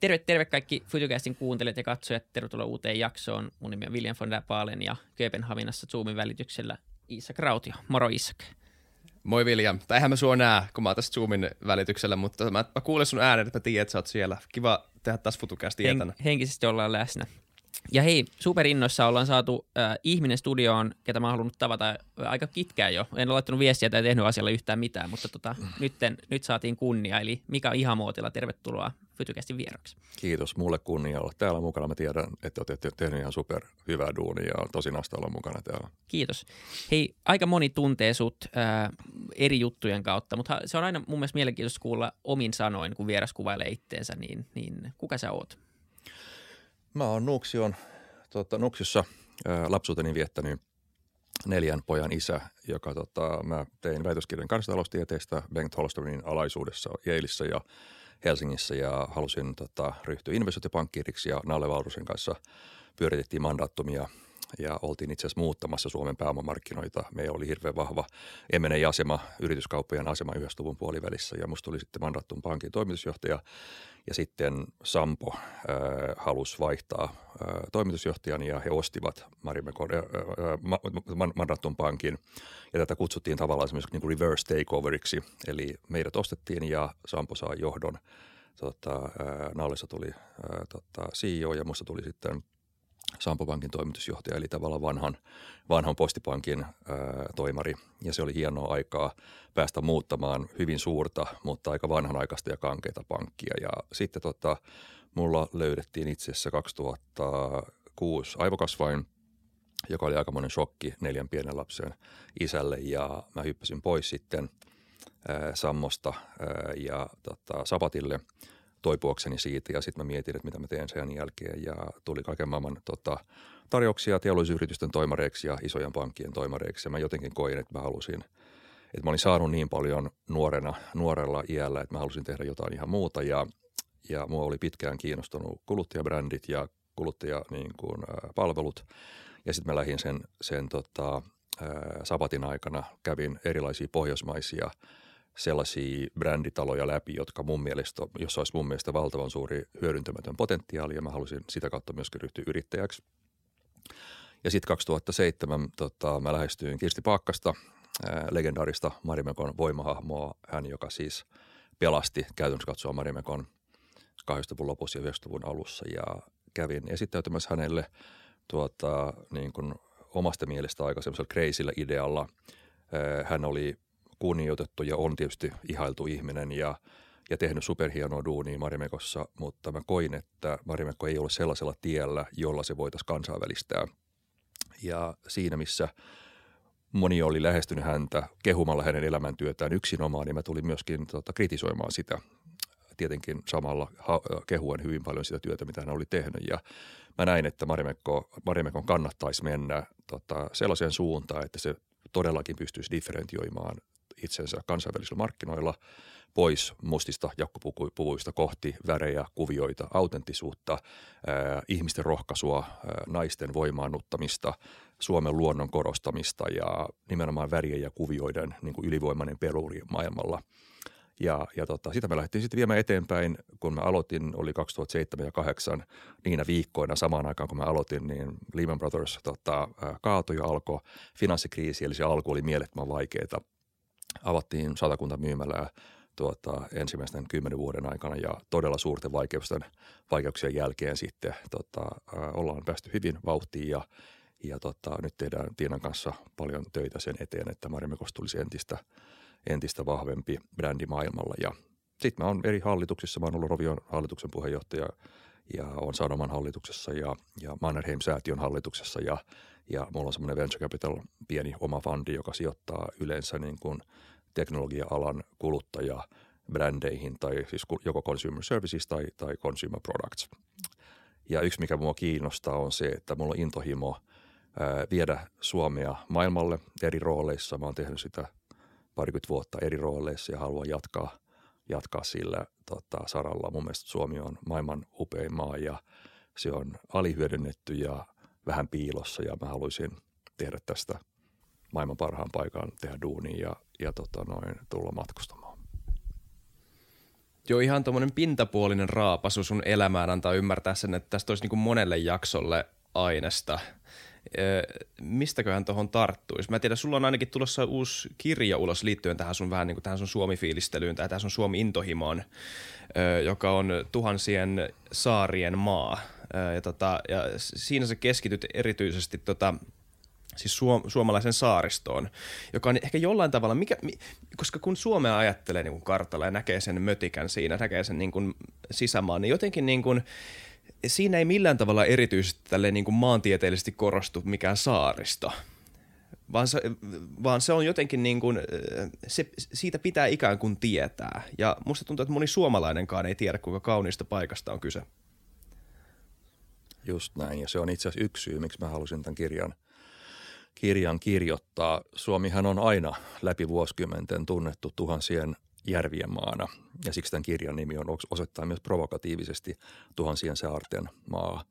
Terve kaikki Futucastin kuuntelijat ja katsojat. Tervetuloa uuteen jaksoon. Mun nimi on William von der Baalen ja Kööpenhaminassa Zoomin välityksellä Isak Rautio. Moro Isak. Moi William. Tai eihän mä sua näe, kun mä oon tässä Zoomin välityksellä, mutta mä kuulen sun äänen, että mä tiedän, että sä oot siellä. Kiva tehdä taas Futucastin etänä. Henkisesti ollaan läsnä. Ja hei, superinnoissa ollaan saatu ihminen studioon, ketä mä oon halunnut tavata aika pitkään jo. En ole laittanut viestiä tai tehnyt asialla yhtään mitään, mutta nyt saatiin kunnia. Eli Mika Ihamuotila, tervetuloa Futucastin vieraksi. Kiitos, mulle kunnia olla täällä mukana. Mä tiedän, että olette tehnyt ihan super hyvää duunia ja on tosi nasta olla mukana täällä. Kiitos. Hei, aika moni tuntee sut eri juttujen kautta, mutta se on aina mun mielestä mielenkiintoista kuulla omin sanoin, kun vieras kuvailee itteensä, niin kuka sä oot? Mä oon Nuuksiossa lapsuuteni viettänyt 4 pojan isä, joka mä tein väitöskirjan kansantaloustieteestä Bengt Holmströmin alaisuudessa Yaleissa ja Helsingissä ja halusin ryhtyä investointipankkiiriksi ja Nalle Valrusen kanssa pyöritettiin Mandatumia ja oltiin itse asiassa muuttamassa Suomen pääomamarkkinoita. Meillä oli hirveän vahva M&A-asema, yrityskauppojen asema 90-luvun puolivälissä ja musta tuli sitten Mandatum pankin toimitusjohtaja ja sitten Sampo halusi vaihtaa toimitusjohtajan ja he ostivat Mandatum pankin ja tätä kutsuttiin tavallaan semmoisiksi niin kuin reverse takeoveriksi, eli meidät ostettiin ja Sampo saa johdon. Nallessa tuli CEO ja musta tuli sitten Sampo Pankin toimitusjohtaja, eli tavallaan vanhan Postipankin toimari. Ja se oli hienoa aikaa päästä muuttamaan hyvin suurta, mutta aika vanhanaikaista ja kankeita pankkia. Ja sitten mulla löydettiin itse asiassa 2006 aivokasvain, joka oli aikamoinen shokki 4 pienen lapsen isälle. Ja mä hyppäsin pois sitten Sammosta ja sapatille toipuakseni siitä ja sitten mä mietin, että mitä mä teen sen jälkeen ja tuli kaiken maailman tarjouksia teollisuusyritysten toimareiksi ja isojen pankkien toimareiksi ja mä jotenkin koin, että mä halusin, että mä olin saanut niin paljon nuorella iällä, että mä halusin tehdä jotain ihan muuta ja mua oli pitkään kiinnostunut kuluttajabrändit ja palvelut ja sitten mä lähdin sen sabatin aikana, kävin erilaisia pohjoismaisia sellaisia bränditaloja läpi, jotka jossa olisi mun mielestä valtavan suuri hyödyntämätön potentiaali ja mä halusin sitä kautta myöskin ryhtyä yrittäjäksi. Ja sitten 2007 mä lähestyin Kirsti Paakkasta, legendaarista Marimekon voimahahmoa, hän joka siis pelasti käytännössä katsoa Marimekon 80-luvun lopussa ja 90-luvun alussa ja kävin esittäytymässä hänelle niin kuin omasta mielestä aika semmoisella crazyllä idealla. Hän oli kunnioitettu ja on tietysti ihailtu ihminen ja tehnyt superhienoa duunia Marimekossa, mutta mä koin, että Marimekko ei ole sellaisella tiellä, jolla se voitaisiin kansainvälistää. Ja siinä, missä moni oli lähestynyt häntä kehumalla hänen elämäntyötään yksinomaan, niin mä tulin myöskin kritisoimaan sitä. Tietenkin samalla kehuen hyvin paljon sitä työtä, mitä hän oli tehnyt. Ja mä näin, että Marimekon kannattaisi mennä sellaiseen suuntaan, että se todellakin pystyisi differentioimaan itsensä kansainvälisillä markkinoilla pois mustista jakkupuvuista kohti värejä, kuvioita, autenttisuutta, ihmisten rohkaisua, naisten voimaannuttamista, Suomen luonnon korostamista ja nimenomaan värien ja kuvioiden niin kuin ylivoimainen peluri maailmalla. Ja sitä me lähdettiin sitten viemään eteenpäin, kun mä aloitin, oli 2007 ja 2008 niinä viikkoina samaan aikaan, kun mä aloitin, niin Lehman Brothers kaatui ja alkoi finanssikriisi, eli se alku oli mielettömän vaikeaa. Avattiin 100 myymälää ensimmäisten 10 vuoden aikana ja todella suurten vaikeuksien jälkeen sitten ollaan päästy hyvin vauhtiin ja nyt tehdään Tiinan kanssa paljon töitä sen eteen, että Marimekosta tulisi entistä vahvempi brändi maailmalla. Ja sitten mä oon eri hallituksissa, mä oon ollut Rovion hallituksen puheenjohtaja ja on Sanoman hallituksessa ja Mannerheim-säätiön hallituksessa ja mulla on semmoinen venture capital pieni oma fundi, joka sijoittaa yleensä niin kuin teknologia-alan kuluttajabrändeihin tai siis joko consumer services tai consumer products. Ja yksi, mikä mua kiinnostaa, on se, että mulla on intohimo viedä Suomea maailmalle eri rooleissa. Mä oon tehnyt sitä parikymmentä vuotta eri rooleissa ja haluan jatkaa sillä saralla. Mun mielestä Suomi on maailman upein maa ja se on alihyödynnetty ja vähän piilossa ja mä haluaisin tehdä tästä maailman parhaan paikan, tehdä duunia ja tulla matkustamaan. Joo, ihan tuommoinen pintapuolinen raapasu sun elämään antaa ymmärtää sen, että tästä olisi niin kuin monelle jaksolle aineesta. Mistäköhän tuohon tarttuisi? Mä tiedän, sulla on ainakin tulossa uusi kirja ulos liittyen tähän sun vähän niin kuin tähän sun Suomi-fiilistelyyn tai tähän sun Suomi-intohimoon, joka on Tuhansien saarien maa. Ja siinä sä keskityt erityisesti siis suomalaisen saaristoon, joka on ehkä jollain tavalla, koska kun Suomea ajattelee niin kuin kartalla ja näkee sen mötikän siinä, näkee sen niin kuin sisämaan, niin jotenkin niin kuin, siinä ei millään tavalla erityisesti tälleen niin kuin maantieteellisesti korostu mikään saaristo, vaan se on jotenkin niin kuin, siitä pitää ikään kuin tietää. Ja musta tuntuu, että moni suomalainenkaan ei tiedä, kuinka kauniista paikasta on kyse. Just näin, ja se on itse asiassa yksi syy, miksi mä halusin tämän kirjan kirjoittaa. Suomihan on aina läpi vuosikymmenten tunnettu tuhansien järvien maana, ja siksi tämän kirjan nimi on osoittaa myös provokatiivisesti Tuhansien saarten maa.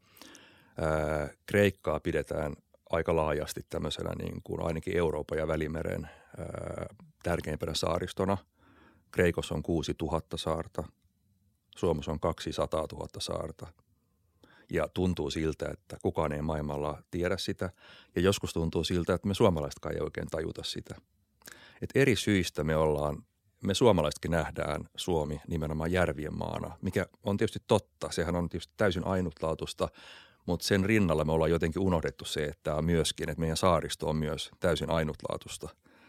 Kreikkaa pidetään aika laajasti tämmöisenä niin kuin ainakin Euroopan ja Välimeren tärkeimpänä saaristona. Kreikossa on 6000 saarta, Suomessa on 200 000 saarta. Ja tuntuu siltä, että kukaan ei maailmalla tiedä sitä. Ja joskus tuntuu siltä, että me suomalaisetkaan ei oikein tajuta sitä. Että eri syistä me suomalaisetkin nähdään Suomi nimenomaan järvien maana, mikä on tietysti totta. Sehän on tietysti täysin ainutlaatuista, mutta sen rinnalla me ollaan jotenkin unohdettu se, että myöskin, että meidän saaristo on myös täysin ainutlaatuista.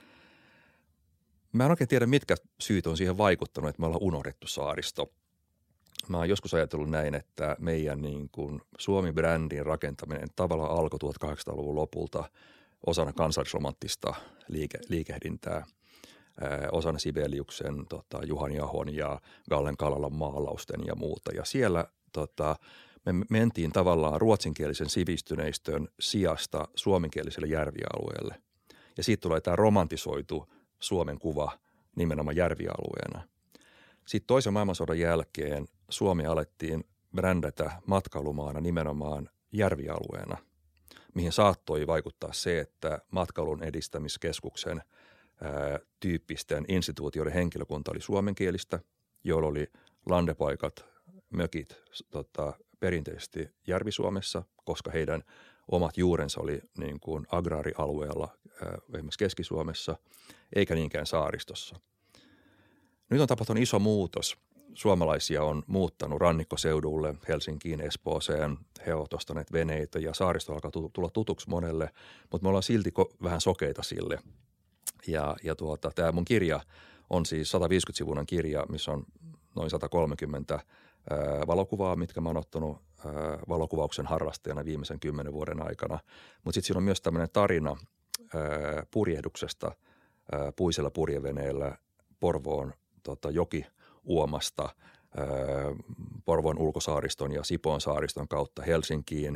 Mä en oikein tiedä, mitkä syyt on siihen vaikuttanut, että me ollaan unohdettu saaristo. Mä oon joskus ajatellut näin, että meidän niin kuin Suomi-brändin rakentaminen tavallaan alkoi 1800-luvun lopulta osana kansallisromanttista liikehdintää, osana Sibeliuksen, Juhani Ahon ja Gallen Kalalan maalausten ja muuta. Ja siellä me mentiin tavallaan ruotsinkielisen sivistyneistön sijasta suomenkieliselle järvialueelle. Ja siitä tulee tämä romantisoitu Suomen kuva nimenomaan järvialueena. Sitten toisen maailmansodan jälkeen Suomi alettiin brändätä matkailumaana nimenomaan järvialueena, mihin saattoi vaikuttaa se, että matkailun edistämiskeskuksen tyyppisten instituutioiden henkilökunta oli suomenkielistä, joilla oli landepaikat, mökit perinteisesti Järvi-Suomessa, koska heidän omat juurensa oli niin kuin agraarialueella esimerkiksi Keski-Suomessa, eikä niinkään saaristossa. Nyt on tapahtunut iso muutos. Suomalaisia on muuttanut rannikkoseudulle, Helsinkiin, Espooseen. He ovat ostaneet veneitä ja saaristo alkaa tulla tutuksi monelle, mutta me ollaan silti vähän sokeita sille. Ja tämä mun kirja on siis 150-sivuinen kirja, missä on noin 130 valokuvaa, mitkä mä oon ottanut valokuvauksen harrastajana viimeisen 10 vuoden aikana. Mutta sitten siinä on myös tämmöinen tarina purjehduksesta puisella purjeveneellä Porvoon jokiuomasta Porvoon ulkosaariston ja Sipoon saariston kautta Helsinkiin,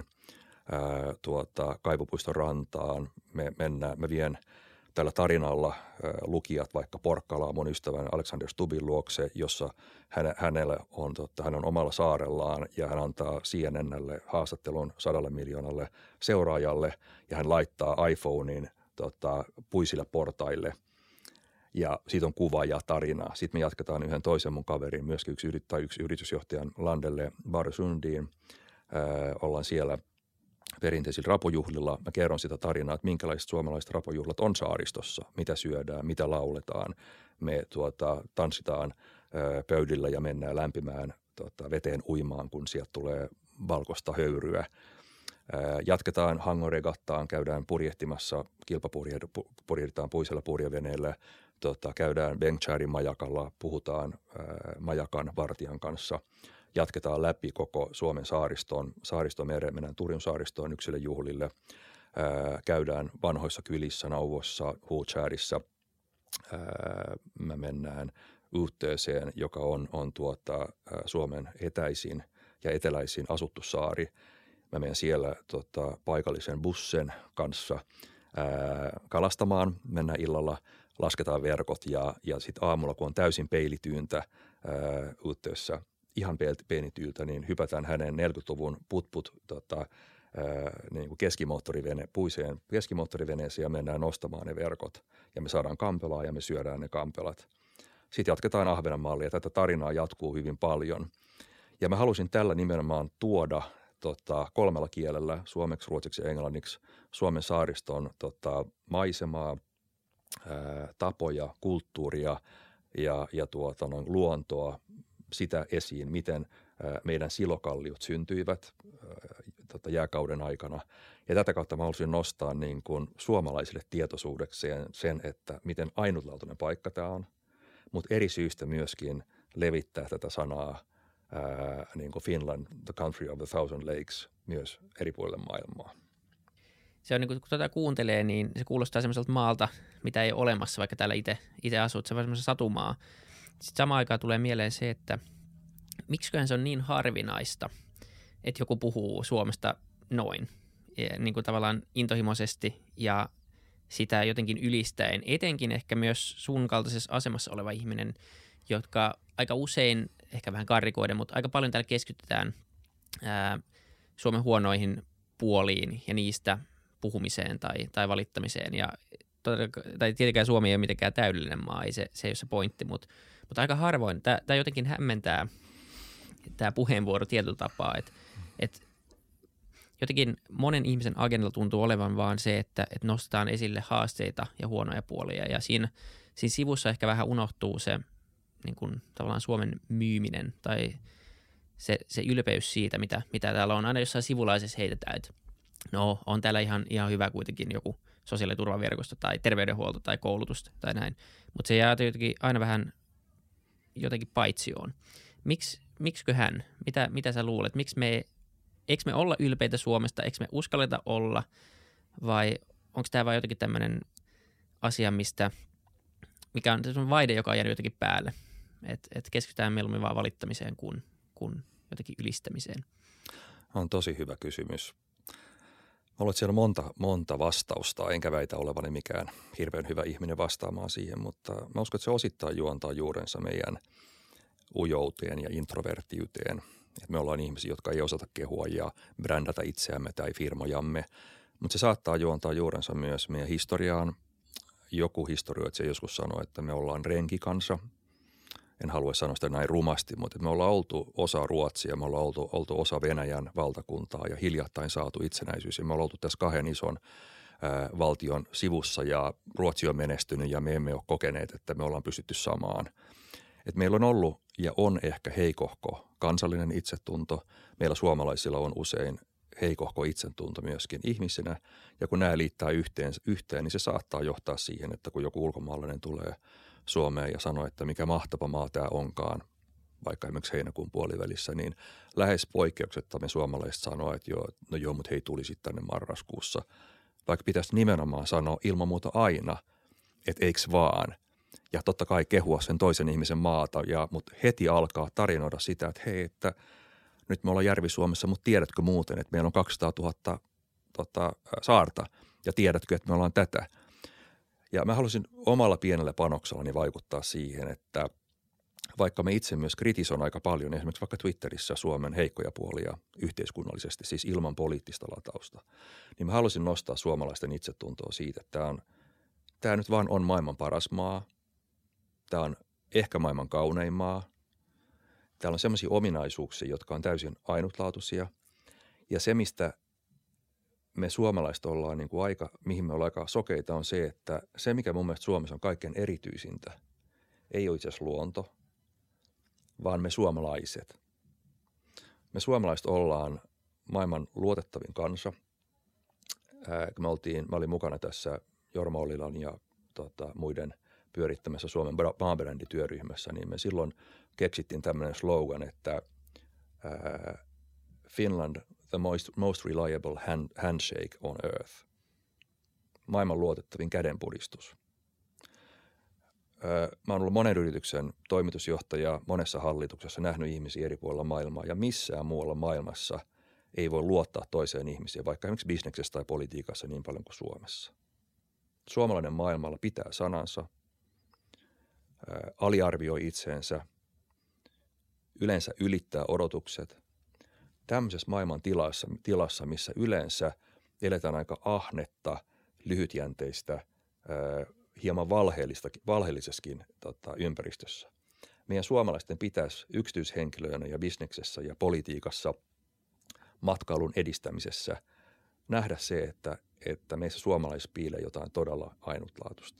Kaivopuiston rantaan. Mä vien tällä tarinalla lukijat vaikka Porkkalaan mun ystävän Alexander Stubbin luokse, jossa hän on omalla saarellaan ja hän antaa CNN:lle haastattelun 100 miljoonalle seuraajalle ja hän laittaa iPhonein puisille portaille. Ja siitä on kuva ja tarina. Sitten me jatketaan yhden toisen mun kaverin, myöskin yksi yritysjohtajan Landelle Barusundiin. Ollaan siellä perinteisillä rapojuhlilla. Mä kerron sitä tarinaa, että minkälaiset suomalaiset rapojuhlat on saaristossa, mitä syödään, mitä lauletaan. Me tanssitaan pöydillä ja mennään lämpimään veteen uimaan, kun sieltä tulee valkoista höyryä. Jatketaan Hangon-regattaan, käydään purjehtimassa, kilpapurjehditaan puisella purjeveneellä, käydään Bengtsäärin majakalla, puhutaan majakan vartijan kanssa, jatketaan läpi koko Suomen saaristomereen, mennään Turun saaristoon yksilöjuhlille, käydään vanhoissa kylissä, Nauvossa, Huutsäärissä, me mennään Yhteeseen, joka on Suomen etäisin ja eteläisin asuttu saari. Mä menen siellä paikallisen bussen kanssa kalastamaan, mennään illalla, lasketaan verkot ja sitten aamulla, kun on täysin peilityyntä Yhteössä, ihan peilityyltä, niin hypätään hänen 40-luvun putput niin kuin puiseen keskimoottoriveneeseen ja mennään nostamaan ne verkot. Ja me saadaan kampelaa ja me syödään ne kampelat. Sitten jatketaan Ahvenanmaalle ja tätä tarinaa jatkuu hyvin paljon. Ja mä halusin tällä nimenomaan tuoda 3 kielellä, suomeksi, ruotsiksi ja englanniksi, Suomen saariston maisemaa, tapoja, kulttuuria ja luontoa, sitä esiin, miten meidän silokalliot syntyivät jääkauden aikana. Ja tätä kautta mä haluaisin nostaa niin kuin suomalaisille tietoisuudeksi sen, että miten ainutlaatuinen paikka tämä on, mutta eri syistä myöskin levittää tätä sanaa niin kuin Finland, the country of the thousand lakes, myös eri puolille maailmaa. Se on niin kun tätä kuuntelee, niin se kuulostaa semmoiselta maalta, mitä ei ole olemassa, vaikka täällä itse asut. Se on semmoisen satumaa. Sitten samaan aikaan tulee mieleen se, että miksiköhän se on niin harvinaista, että joku puhuu Suomesta noin, niin kuin tavallaan intohimoisesti ja sitä jotenkin ylistäen. Etenkin ehkä myös sun kaltaisessa asemassa oleva ihminen, jotka aika usein, ehkä vähän karrikoiden, mutta aika paljon täällä keskitytään Suomen huonoihin puoliin ja niistä puhumiseen tai valittamiseen. Tai tietenkään Suomi ei ole mitenkään täydellinen maa, ei se ei ole se pointti, mutta aika harvoin. Tämä jotenkin hämmentää tämä puheenvuoro tietyllä tapaa, että jotenkin monen ihmisen agendalla tuntuu olevan vaan se, että nostetaan esille haasteita ja huonoja puolia. Ja siinä sivussa ehkä vähän unohtuu se niin kuin tavallaan Suomen myyminen tai se ylpeys siitä, mitä täällä on. Aina jossain sivulaisessa heitetään, että no on täällä ihan hyvä kuitenkin joku sosiaaliturvaverkosto tai terveydenhuolto tai koulutusta tai näin. Mutta se jää jotenkin aina vähän jotenkin paitsioon. Miksiköhän? Mitä sä luulet? Eikö me olla ylpeitä Suomesta? Eikö me uskalleta olla? Vai onko tämä vain jotenkin tämmöinen asia, mikä on sellainen vaide, joka on jäänyt jotenkin päälle? Että keskitytään mieluummin vaan valittamiseen kuin jotenkin ylistämiseen. On tosi hyvä kysymys. Mulla on siellä monta vastausta, enkä väitä olevani mikään hirveän hyvä ihminen vastaamaan siihen, mutta mä uskon, että se osittain juontaa juurensa meidän ujouteen ja introvertiyteen. Että me ollaan ihmisiä, jotka ei osata kehua ja brändätä itseämme tai firmojamme, mutta se saattaa juontaa juurensa myös meidän historiaan. Joku historioitsija joskus sanoi, että me ollaan renkikansa. En halua sanoa sitä näin rumasti, mutta me ollaan oltu osa Ruotsia, me ollaan oltu osa Venäjän valtakuntaa ja hiljattain saatu itsenäisyys. Ja me ollaan oltu tässä 2 ison valtion sivussa ja Ruotsi on menestynyt ja me emme ole kokeneet, että me ollaan pystytty samaan. Et meillä on ollut ja on ehkä heikohko kansallinen itsetunto. Meillä suomalaisilla on usein heikohko itsetunto myöskin ihmisinä. Ja kun nämä liittää yhteen, niin se saattaa johtaa siihen, että kun joku ulkomaalainen tulee Suomeen ja sanoo, että mikä mahtava maa tämä onkaan, vaikka esimerkiksi heinäkuun puolivälissä, niin lähes poikkeuksetta me suomalaiset sanoo, että joo, mutta hei tuli sitten tänne marraskuussa. Vaikka pitäisi nimenomaan sanoa ilman muuta aina, että eiks vaan. Ja totta kai kehua sen toisen ihmisen maata, mutta heti alkaa tarinoida sitä, että hei, että nyt me ollaan Järvi-Suomessa, mutta tiedätkö muuten, että meillä on 200 000 saarta ja tiedätkö, että me ollaan tätä. Ja mä halusin omalla pienellä panoksellani vaikuttaa siihen, että vaikka me itse myös kritisoin aika paljon, esimerkiksi vaikka Twitterissä Suomen heikkoja puolia yhteiskunnallisesti, siis ilman poliittista latausta, niin mä halusin nostaa suomalaisten itsetuntoa siitä, että tämä nyt vaan on maailman paras maa. Tämä on ehkä maailman kaunein maa. Täällä on sellaisia ominaisuuksia, jotka on täysin ainutlaatuisia. Ja se, mistä me suomalaiset ollaan niin kuin mihin me ollaan aika sokeita, on se, että se, mikä mun mielestä Suomessa on kaikkein erityisintä, ei ole itse asiassa luonto, vaan me suomalaiset. Me suomalaiset ollaan maailman luotettavin kansa. Mä olin mukana tässä Jorma Ollilan ja muiden pyörittämässä Suomen maabrändityöryhmässä, niin me silloin keksittiin tämmöinen slogan, että Finland, the most reliable handshake on earth. Maailman luotettavin kädenpudistus. Mä oon ollut monen yrityksen toimitusjohtaja monessa hallituksessa, nähnyt ihmisiä eri puolilla maailmaa ja missään muualla maailmassa ei voi luottaa toiseen ihmiseen, vaikka esimerkiksi bisneksessä tai politiikassa niin paljon kuin Suomessa. Suomalainen maailmalla pitää sanansa, aliarvioi itseensä, yleensä ylittää odotukset. Tämmöisessä maailman tilassa, missä yleensä eletään aika ahnetta, lyhytjänteistä hieman valheellisessakin ympäristössä. Meidän suomalaisten pitäisi yksityishenkilöinä ja bisneksessä ja politiikassa, matkailun edistämisessä nähdä se, että meissä suomalaisissa piilee jotain todella ainutlaatuista.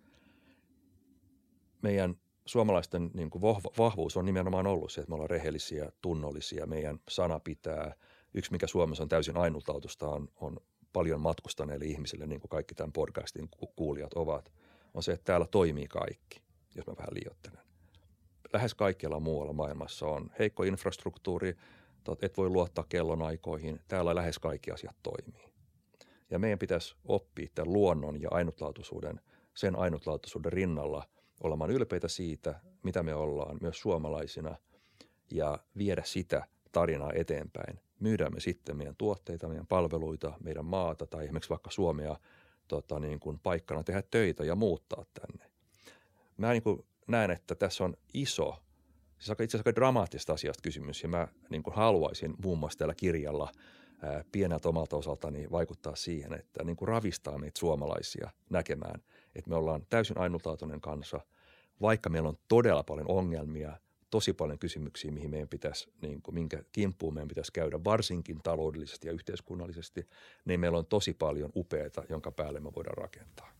Meidän suomalaisten niin kuin vahvuus on nimenomaan ollut se, että me ollaan rehellisiä, tunnollisia, meidän sana pitää. Yksi, mikä Suomessa on täysin ainutlaatuista, on paljon matkustaneille ihmisille, niin kuin kaikki tämän podcastin kuulijat ovat, on se, että täällä toimii kaikki, jos mä vähän liioittelen. Lähes kaikkialla muualla maailmassa on heikko infrastruktuuri, et voi luottaa kellonaikoihin, täällä lähes kaikki asiat toimii. Ja meidän pitäisi oppia tämän luonnon ja sen ainutlaatuisuuden rinnalla olemaan ylpeitä siitä, mitä me ollaan myös suomalaisina ja viedä sitä tarinaa eteenpäin. Myydään me sitten meidän tuotteita, meidän palveluita, meidän maata tai esimerkiksi vaikka Suomea niin kuin paikkana tehdä töitä ja muuttaa tänne. Mä niin kuin näen, että tässä on iso, siis itse asiassa aika dramaattista asiasta kysymys ja mä niin kuin haluaisin muun muassa tällä kirjalla pieneltä omalta osaltani vaikuttaa siihen, että niin kuin ravistaa meitä suomalaisia näkemään, että me ollaan täysin ainutlaatuinen kansa, vaikka meillä on todella paljon ongelmia, tosi paljon kysymyksiä, mihin meidän pitäisi, niin kuin, minkä kimppuun meidän pitäisi käydä, varsinkin taloudellisesti ja yhteiskunnallisesti, niin meillä on tosi paljon upeata, jonka päälle me voidaan rakentaa.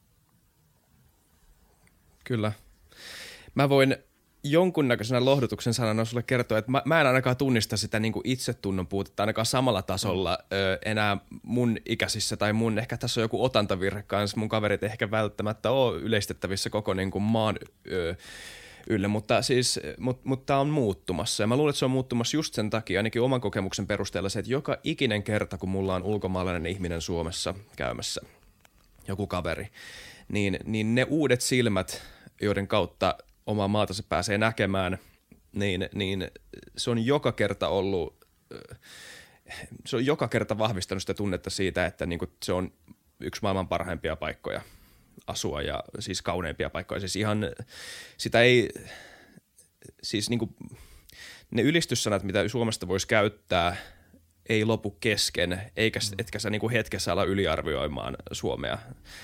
Kyllä. Mä voin jonkunnäköisenä lohdutuksen sanana sulle kertoa, että mä en ainakaan tunnista sitä niin kuin itsetunnon puutetta ainakaan samalla tasolla enää mun ikäisissä tai mun, ehkä tässä on joku otantavirhe kanssa, mun kaverit ehkä välttämättä ole yleistettävissä koko niin kuin maan ylle, mutta tämä on muuttumassa ja mä luulen, että se on muuttumassa just sen takia, ainakin oman kokemuksen perusteella se, että joka ikinen kerta, kun mulla on ulkomaalainen ihminen Suomessa käymässä, joku kaveri, niin ne uudet silmät, joiden kautta omaa maata se pääsee näkemään, niin se on joka kerta ollut, se on joka kerta vahvistanut sitä tunnetta siitä, että niinku se on yksi maailman parhaimpia paikkoja asua ja siis kauneimpia paikkoja. Siis ihan sitä ei, siis niinku ne ylistyssanat, mitä Suomesta voisi käyttää, ei lopu kesken, etkä sä niinku hetkessä ala yliarvioimaan Suomea.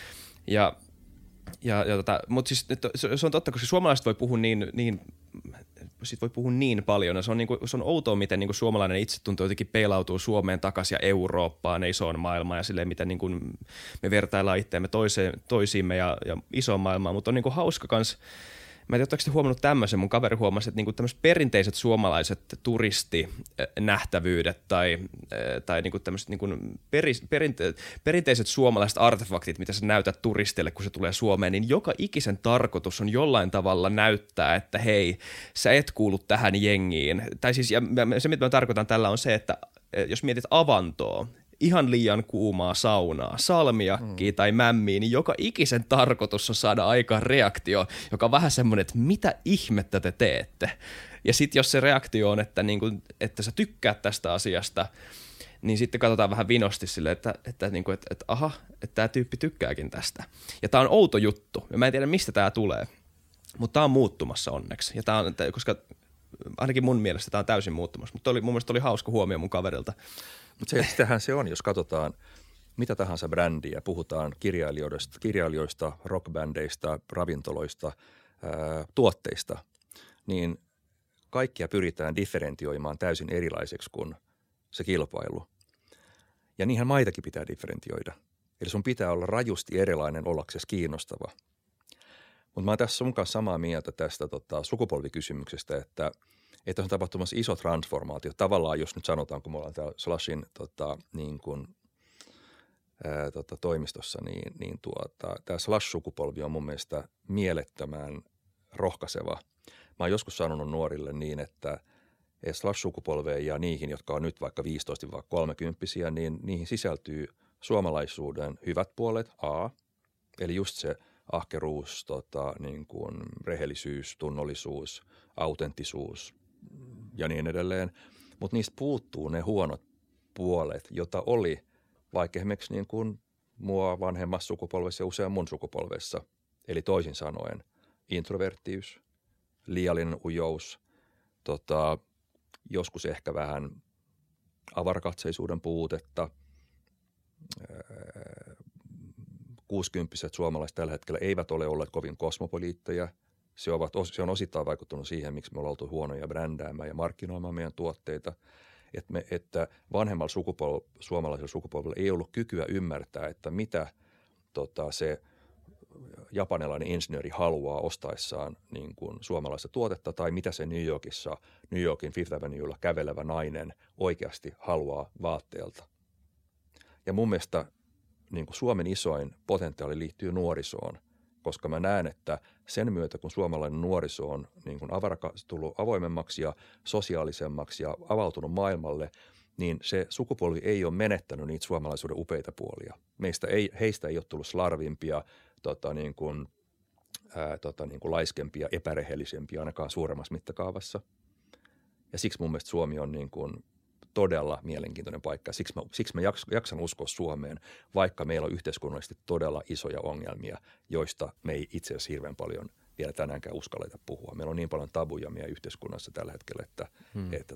Mutta siis se on totta, koska suomalaiset voi puhua niin paljon. Ja se on outoa, miten niinku suomalainen itsetunto jotenkin peilautuu Suomeen takaisin ja Eurooppaan, isoon maailmaan ja silleen, miten niinku me vertaillaan itseämme toisiimme ja isoon maailmaan. Mutta on niinku hauska kans, mä en tiedä, oletteko te huomannut tämmöisen, mun kaveri huomasi, että niinku tämmöiset perinteiset suomalaiset turistinähtävyydet tai niinku tämmöiset niinku perinteiset suomalaiset artefaktit, mitä sä näytät turistille, kun se tulee Suomeen, niin joka ikisen tarkoitus on jollain tavalla näyttää, että hei, sä et kuulu tähän jengiin. Tai siis, ja se mitä mä tarkoitan tällä on se, että jos mietit avantoa, ihan liian kuumaa saunaa, salmiakkiä tai mämmiä, niin joka ikisen tarkoitus on saada aikaan reaktio, joka on vähän semmoinen, että mitä ihmettä te teette. Ja sitten jos se reaktio on, että sä tykkäät tästä asiasta, niin sitten katsotaan vähän vinosti silleen, että aha, että tämä tyyppi tykkääkin tästä. Ja tämä on outo juttu, ja mä en tiedä mistä tämä tulee, mutta tämä on muuttumassa onneksi. Ja tää on, koska ainakin mun mielestä tämä on täysin muuttumassa, mutta mun mielestä oli hauska huomio mun kaverilta. Mutta sitähän se on, jos katsotaan mitä tahansa brändiä, puhutaan kirjailijoista, rockbändeistä, ravintoloista, tuotteista, niin kaikkia pyritään differentioimaan täysin erilaiseksi kuin se kilpailu. Ja niinhän maitakin pitää differentioida. Eli sun pitää olla rajusti erilainen ollaksesi kiinnostava. Mutta mä oon tässä sun kanssa samaa mieltä tästä sukupolvikysymyksestä, että on tapahtumassa iso transformaatio. Tavallaan, jos nyt sanotaan, kun me ollaan täällä Slashin toimistossa, niin tämä Slash-sukupolvi on mun mielestä mielettömän rohkaiseva. Mä oon joskus sanonut nuorille niin, että Slash-sukupolveen ja niihin, jotka on nyt vaikka 15-30, niin niihin sisältyy suomalaisuuden hyvät puolet, eli just se ahkeruus, rehellisyys, tunnollisuus, autenttisuus ja niin edelleen. Mutta niistä puuttuu ne huonot puolet, jota oli vaikka esimerkiksi niin kuin mua vanhemmassa sukupolvessa ja usein mun sukupolvessa. Eli toisin sanoen introverttiys, liiallinen ujous, joskus ehkä vähän avarakatseisuuden puutetta, 60-vuotiaat suomalaiset tällä hetkellä eivät ole olleet kovin kosmopoliitteja. Se on osittain vaikuttanut siihen, miksi me ollaan oltu huonoja brändäämään ja markkinoimaan meidän tuotteita. Että vanhemmalla suomalaisella sukupolvella ei ollut kykyä ymmärtää, että mitä se japanilainen insinööri haluaa ostaessaan niin kuin suomalaista tuotetta tai mitä se New Yorkin Fifth Avenuella kävelevä nainen oikeasti haluaa vaatteelta. Ja mun mielestä niin kuin Suomen isoin potentiaali liittyy nuorisoon, koska mä näen, että sen myötä, kun suomalainen nuoriso on niin kuin tullut avoimemmaksi ja sosiaalisemmaksi ja avautunut maailmalle, niin se sukupolvi ei ole menettänyt niitä suomalaisuuden upeita puolia. Heistä ei ole tullut slarvimpia, niin kuin laiskempia, epärehellisempiä ainakaan suuremmassa mittakaavassa. Ja siksi mun mielestä Suomi on niin kuin todella mielenkiintoinen paikka. Siksi mä jaksan uskoa Suomeen, vaikka meillä on yhteiskunnallisesti todella isoja ongelmia, joista me ei itse asiassa hirveän paljon vielä tänäänkään uskalleta puhua. Meillä on niin paljon tabuja meidän yhteiskunnassa tällä hetkellä, että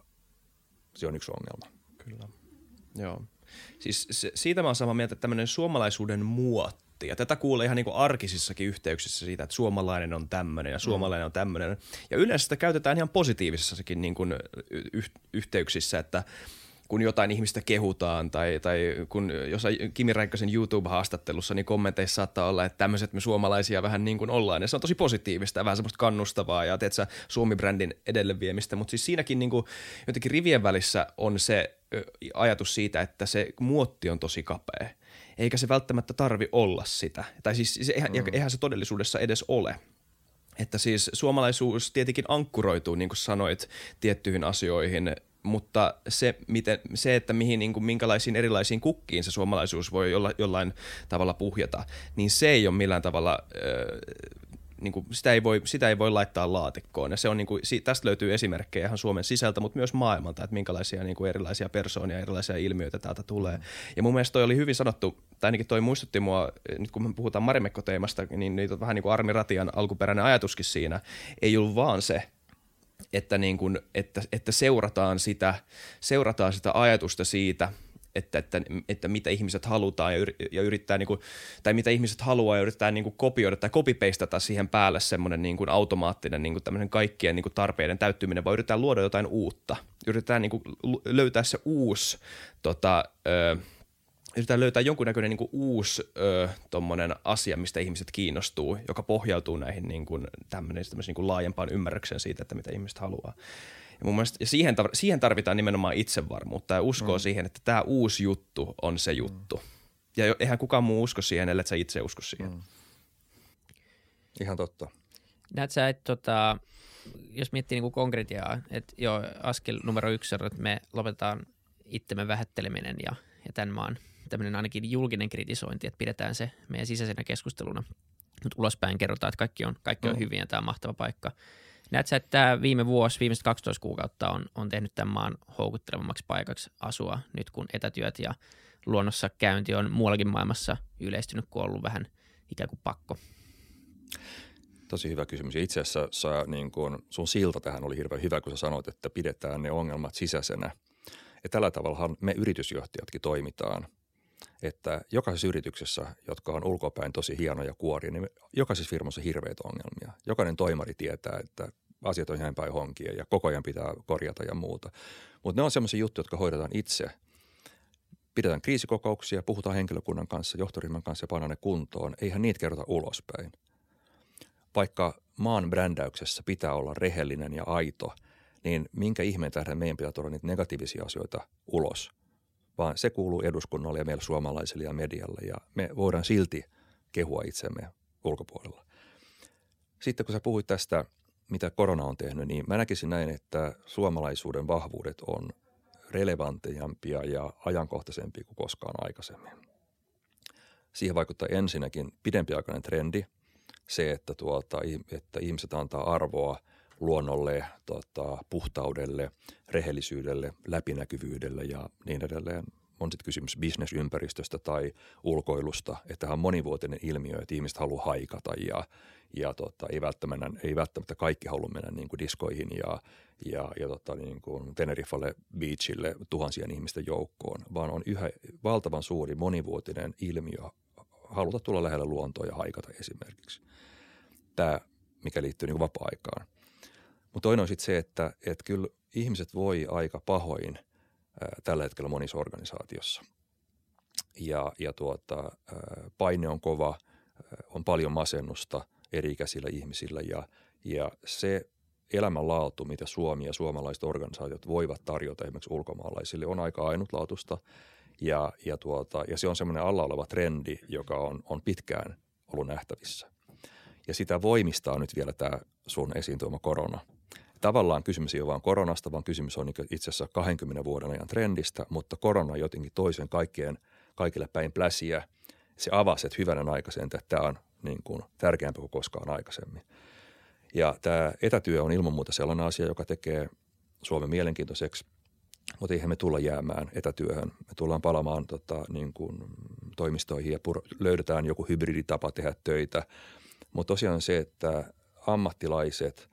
se on yksi ongelma. Kyllä. Joo. Siis siitä mä oon samaa mieltä, että tämmöinen suomalaisuuden muotti, ja tätä kuulee ihan niin kuin arkisissakin yhteyksissä siitä, että suomalainen on tämmöinen ja suomalainen on tämmöinen. Ja yleensä sitä käytetään ihan positiivisissakin niin kuin yhteyksissä, että kun jotain ihmistä kehutaan tai kun jossain Kimi Räikkösen YouTube-haastattelussa, niin kommenteissa saattaa olla, että tämmöiset me suomalaisia vähän niin kuin ollaan. Ja se on tosi positiivista ja vähän semmoista kannustavaa ja teetkö Suomi-brändin edelleviemistä. Mutta siis siinäkin niin kuin jotenkin rivien välissä on se ajatus siitä, että se muotti on tosi kapea. Eikä se välttämättä tarvi olla sitä. Tai siis eihän se todellisuudessa edes ole. Että siis suomalaisuus tietenkin ankkuroituu, niin kuin sanoit, tiettyihin asioihin, mutta se että minkälaisiin erilaisiin kukkiin se suomalaisuus voi jollain tavalla puhjata, niin se ei ole millään tavalla, sitä ei voi laittaa laatikkoon. Ja se on, tästä löytyy esimerkkejä ihan Suomen sisältä, mutta myös maailmalta, että minkälaisia erilaisia persoonia, erilaisia ilmiöitä täältä tulee. Ja mun mielestä toi oli hyvin sanottu, tai ainakin toi muistutti mua, nyt kun me puhutaan Marimekko-teemasta, niin niitä vähän niin kuin Armi Ratian alkuperäinen ajatuskin siinä, ei ollut vaan se, että seurataan sitä ajatusta siitä, että mitä ihmiset halutaan ja yrittää tai mitä ihmiset haluaa ja yrittää kopioida tai copy-pastata siihen päälle semmoinen automaattinen tämmöinen kaikkien tarpeiden täyttyminen, vaan yritetään luoda jotain uutta. Yritetään löytää se uusi yritetään löytää jonkunnäköinen uusi tommonen asia, mistä ihmiset kiinnostuu, joka pohjautuu näihin tämmöisen laajempaan ymmärrykseen siitä, että mitä ihmiset haluaa. Ja mun mielestä siihen tarvitaan nimenomaan itsevarmuutta ja uskoa siihen, että tämä uusi juttu on se juttu. Ja eihän kukaan muu usko siihen, ellei sä itse usko siihen. Ihan totta. Näet sä, että jos miettii konkretiaa, että jo askel numero 1 on, että me lopetetaan itsemme vähätteleminen ja tämän maan tämmöinen ainakin julkinen kritisointi, että pidetään se meidän sisäisenä keskusteluna. Mutta ulospäin kerrotaan, että kaikki on hyvin ja tämä on mahtava paikka. Näetkö, että tämä viimeiset 12 kuukautta on tehnyt tämän maan houkuttelevammaksi paikaksi asua nyt, kun etätyöt ja luonnossa käynti on muuallakin maailmassa yleistynyt, kun on ollut vähän ikään kuin pakko? Tosi hyvä kysymys. Ja itse asiassa sun silta tähän oli hirveän hyvä, kun sä sanoit, että pidetään ne ongelmat sisäisenä. Ja tällä tavallahan me yritysjohtajatkin toimitaan. Että jokaisessa yrityksessä, jotka on ulkopäin tosi hienoja kuoria, niin jokaisessa firmassa on hirveitä ongelmia. Jokainen toimari tietää, että asiat on ihan päin honkia ja koko ajan pitää korjata ja muuta. Mutta ne on sellaisia juttuja, jotka hoidetaan itse. Pidetään kriisikokouksia, puhutaan henkilökunnan kanssa, johtoryhmän kanssa ja pannaan ne kuntoon. Eihän niitä kerrota ulospäin. Vaikka maan brändäyksessä pitää olla rehellinen ja aito, niin minkä ihmeen tähden meidän pitää tuoda niitä negatiivisia asioita ulos? Vaan se kuuluu eduskunnalle ja meille suomalaisille ja medialle ja me voidaan silti kehua itsemme ulkopuolella. Sitten kun sä puhuit tästä, mitä korona on tehnyt, niin mä näkisin näin, että suomalaisuuden vahvuudet on relevantejampia ja ajankohtaisempia kuin koskaan aikaisemmin. Siihen vaikuttaa ensinnäkin pidempiaikainen trendi, se, että ihmiset antaa arvoa luonnolle, puhtaudelle, rehellisyydelle, läpinäkyvyydelle ja niin edelleen. On sitten kysymys bisnesympäristöstä tai ulkoilusta, että tämä on monivuotinen ilmiö, että ihmiset haluaa haikata ja ei välttämättä kaikki halua mennä niin kuin diskoihin ja niin kuin Teneriffalle beachille tuhansien ihmisten joukkoon, vaan on yhä valtavan suuri monivuotinen ilmiö haluta tulla lähelle luontoa ja haikata esimerkiksi. Tämä, mikä liittyy niin kuin vapaa-aikaan. Mutta toinen on sitten se, että kyllä ihmiset voi aika pahoin tällä hetkellä monissa organisaatiossa. Ja paine on kova, on paljon masennusta eri-ikäisillä ihmisillä ja se elämänlaatu, mitä Suomi ja suomalaiset organisaatiot voivat tarjota esimerkiksi ulkomaalaisille, on aika ainutlaatuista ja se on semmoinen alla oleva trendi, joka on pitkään ollut nähtävissä. Ja sitä voimistaa nyt vielä tämä sun esiin tuoma korona. Tavallaan kysymys ei ole vain koronasta, vaan kysymys on itse asiassa 20 vuoden ajan trendistä, mutta korona jotenkin toisen kaikille päin pläsiä. Se avasi, että hyvänen aikaisen, että tämä on niin kuin tärkeämpi kuin koskaan aikaisemmin. Ja tämä etätyö on ilman muuta sellainen asia, joka tekee Suomen mielenkiintoiseksi, mutta eihän me tulla jäämään etätyöhön. Me tullaan palaamaan niin kuin toimistoihin ja löydetään joku hybriditapa tehdä töitä. Mutta tosiaan se, että ammattilaiset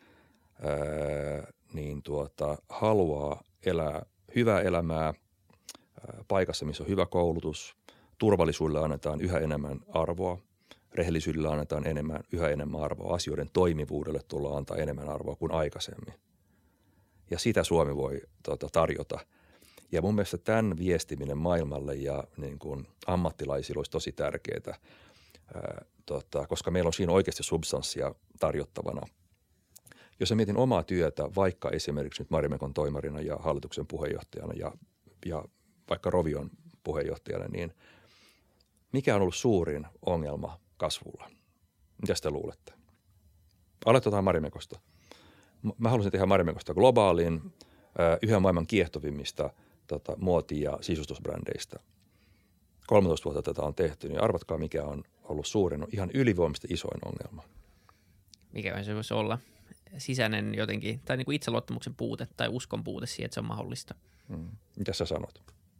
haluaa elää hyvää elämää paikassa, missä on hyvä koulutus, turvallisuudelle annetaan yhä enemmän arvoa, rehellisyydelle annetaan yhä enemmän arvoa, asioiden toimivuudelle tullaan antaa enemmän arvoa kuin aikaisemmin. Ja sitä Suomi voi tarjota. Ja mun mielestä tämän viestiminen maailmalle ja niin kuin ammattilaisille olisi tosi tärkeää, koska meillä on siinä oikeasti substanssia tarjottavana. Jos mä mietin omaa työtä, vaikka esimerkiksi nyt Marimekon toimarina ja hallituksen puheenjohtajana ja vaikka Rovion puheenjohtajana, niin mikä on ollut suurin ongelma kasvulla? Mitä te luulette? Aloitetaan Marimekosta. Mä halusin tehdä Marimekosta globaalin, yhden maailman kiehtovimmista muoti- ja sisustusbrändeistä. 13 vuotta tätä on tehty, niin arvatkaa mikä on ollut suurin, ihan ylivoimaisesti isoin ongelma. Mikä se voisi olla? Sisäinen jotenkin, tai niin kuin itseluottamuksen puute tai uskon puute siihen, että se on mahdollista. Mitä sä sanot?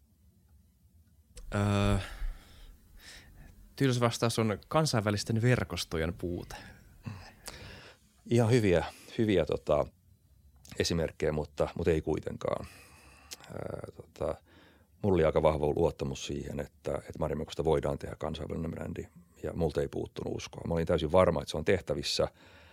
Tylsä vastaus on kansainvälisten verkostojen puute. Ihan hyviä esimerkkejä, mutta ei kuitenkaan. Mulla oli aika vahva luottamus siihen, että Marimekosta voidaan tehdä kansainvälinen brändi ja multa ei puuttunut uskoa. Mä olin täysin varma, että se on tehtävissä,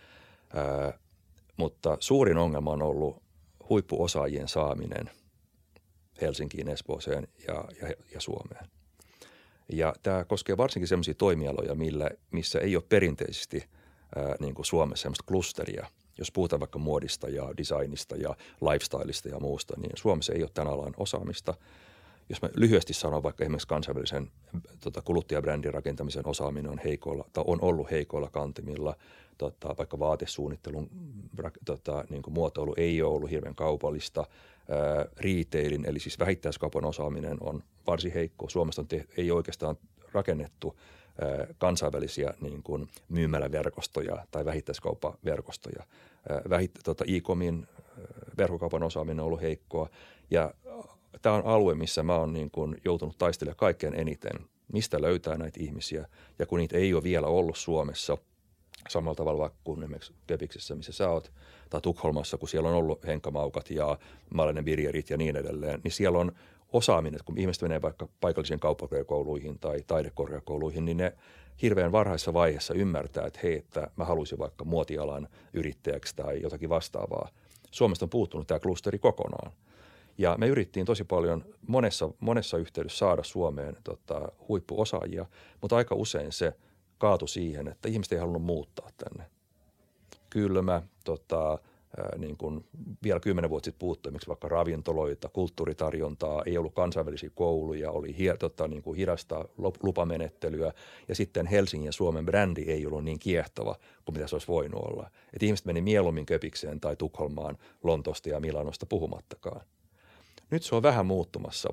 mutta suurin ongelma on ollut huippuosaajien saaminen Helsinkiin, Espooseen ja Suomeen. Ja tämä koskee varsinkin sellaisia toimialoja, missä ei ole perinteisesti niin kuin Suomessa sellaista klusteria. Jos puhutaan vaikka muodista ja designista ja lifestyleista ja muusta, niin Suomessa ei ole tämän alan osaamista. Jos mä lyhyesti sanon, vaikka esimerkiksi kansainvälisen kuluttajabrändin rakentamisen osaaminen on heikoilla tai on ollut heikoilla kantimilla, vaikka vaatesuunnittelun niin kuin muotoilu ei ole ollut hirveän kaupallista, retailin eli siis vähittäiskaupan osaaminen on varsin heikko. Suomessa ei oikeastaan rakennettu kansainvälisiä niin kuin myymäläverkostoja tai vähittäiskauppaverkostoja. E-comin verkkokaupan osaaminen on ollut heikkoa ja tämä on alue, missä mä oon niin kuin joutunut taistelemaan kaikkein eniten, mistä löytää näitä ihmisiä ja kun niitä ei ole vielä ollut Suomessa samalla tavalla kuin esimerkiksi Kepiksessä, missä sä oot, tai Tukholmassa, kun siellä on ollut Henkkamaukat ja Malenen Birgerit ja niin edelleen, niin siellä on osaaminen, että kun ihmiset menee vaikka paikallisiin kauppakorkeakouluihin tai taidekorkeakouluihin, niin ne hirveän varhaisessa vaiheessa ymmärtää, että hei, että mä haluaisin vaikka muotialan yrittäjäksi tai jotakin vastaavaa. Suomesta on puuttunut tämä klusteri kokonaan. Ja me yrittiin tosi paljon monessa yhteydessä saada Suomeen huippuosaajia, mutta aika usein se kaatui siihen, että ihmiset ei halunnut muuttaa tänne. Kylmä, niin kuin vielä 10 vuotta sitten puuttui esimerkiksi vaikka ravintoloita, kulttuuritarjontaa, ei ollut kansainvälisiä kouluja, oli niin kuin hidasta lupamenettelyä ja sitten Helsingin ja Suomen brändi ei ollut niin kiehtova kuin mitä se olisi voinut olla. Et ihmiset meni mieluummin Köpikseen tai Tukholmaan, Lontoosta ja Milanosta puhumattakaan. Nyt se on vähän muuttumassa.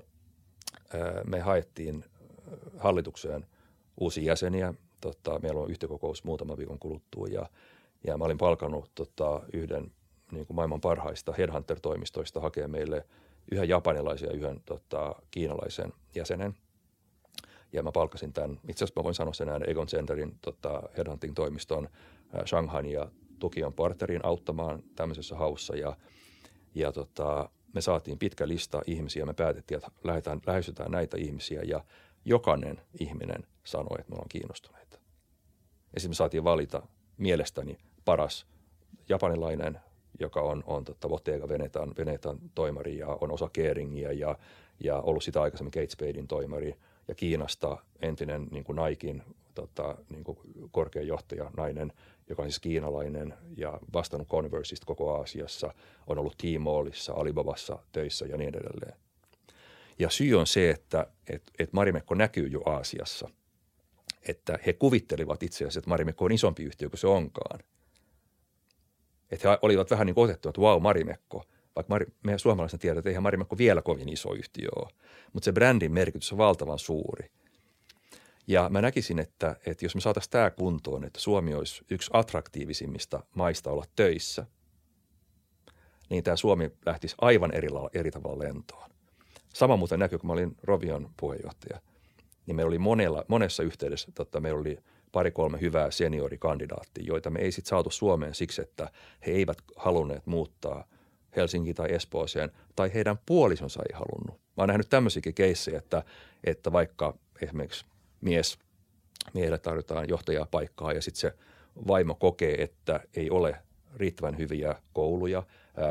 Me haettiin hallitukseen uusia jäseniä. Meillä on yhtiökokous muutaman viikon kuluttua ja mä olin palkannut yhden niin kuin maailman parhaista headhunter-toimistoista hakea meille yhden japanilaisen ja yhden kiinalaisen jäsenen. Ja mä palkasin tämän, itse asiassa mä voin sanoa sen näin, Egon Zenderin headhunting-toimiston Shanghain ja Tokion partnerin auttamaan tämmöisessä haussa ja me saatiin pitkä lista ihmisiä, me päätettiin, että lähestytään näitä ihmisiä ja jokainen ihminen sanoi, että me ollaan kiinnostuneita. Esimerkiksi me saatiin valita mielestäni paras japanilainen, joka on Bottega Venetan toimari ja on osa Keringiä ja ollut sitä aikaisemmin Kate Spaden toimari. Ja Kiinasta entinen niin kuin Nikein niin kuin korkea johtaja nainen, joka on siis kiinalainen ja vastannut Converseista koko Aasiassa, on ollut Tmallissa, Alibabassa töissä ja niin edelleen. Ja syy on se, että Marimekko näkyy jo Aasiassa, että he kuvittelivat itse asiassa, että Marimekko on isompi yhtiö kuin se onkaan. Että he olivat vähän niin kuin otettu, että vau, Marimekko. Vaikka me suomalaiset tiedät, että eihän Marimekko vielä kovin iso yhtiö ole. Mutta se brändin merkitys on valtavan suuri. Ja mä näkisin, että jos me saataisiin tämä kuntoon, että Suomi olisi yksi attraktiivisimmista maista olla töissä, niin tämä Suomi lähtisi aivan eri tavalla lentoon. Sama muuten näkyy, kun mä olin Rovion puheenjohtaja, niin meillä oli monessa yhteydessä, meillä oli 2-3 hyvää seniorikandidaattia, joita me ei sitten saatu Suomeen siksi, että he eivät halunneet muuttaa Helsinkiin tai Espooseen, tai heidän puolisonsa ei halunnut. Mä oon nähnyt tämmöisiäkin keissejä, että vaikka esimerkiksi miehelle tarjotaan johtajapaikkaa ja sitten se vaimo kokee, että ei ole riittävän hyviä kouluja.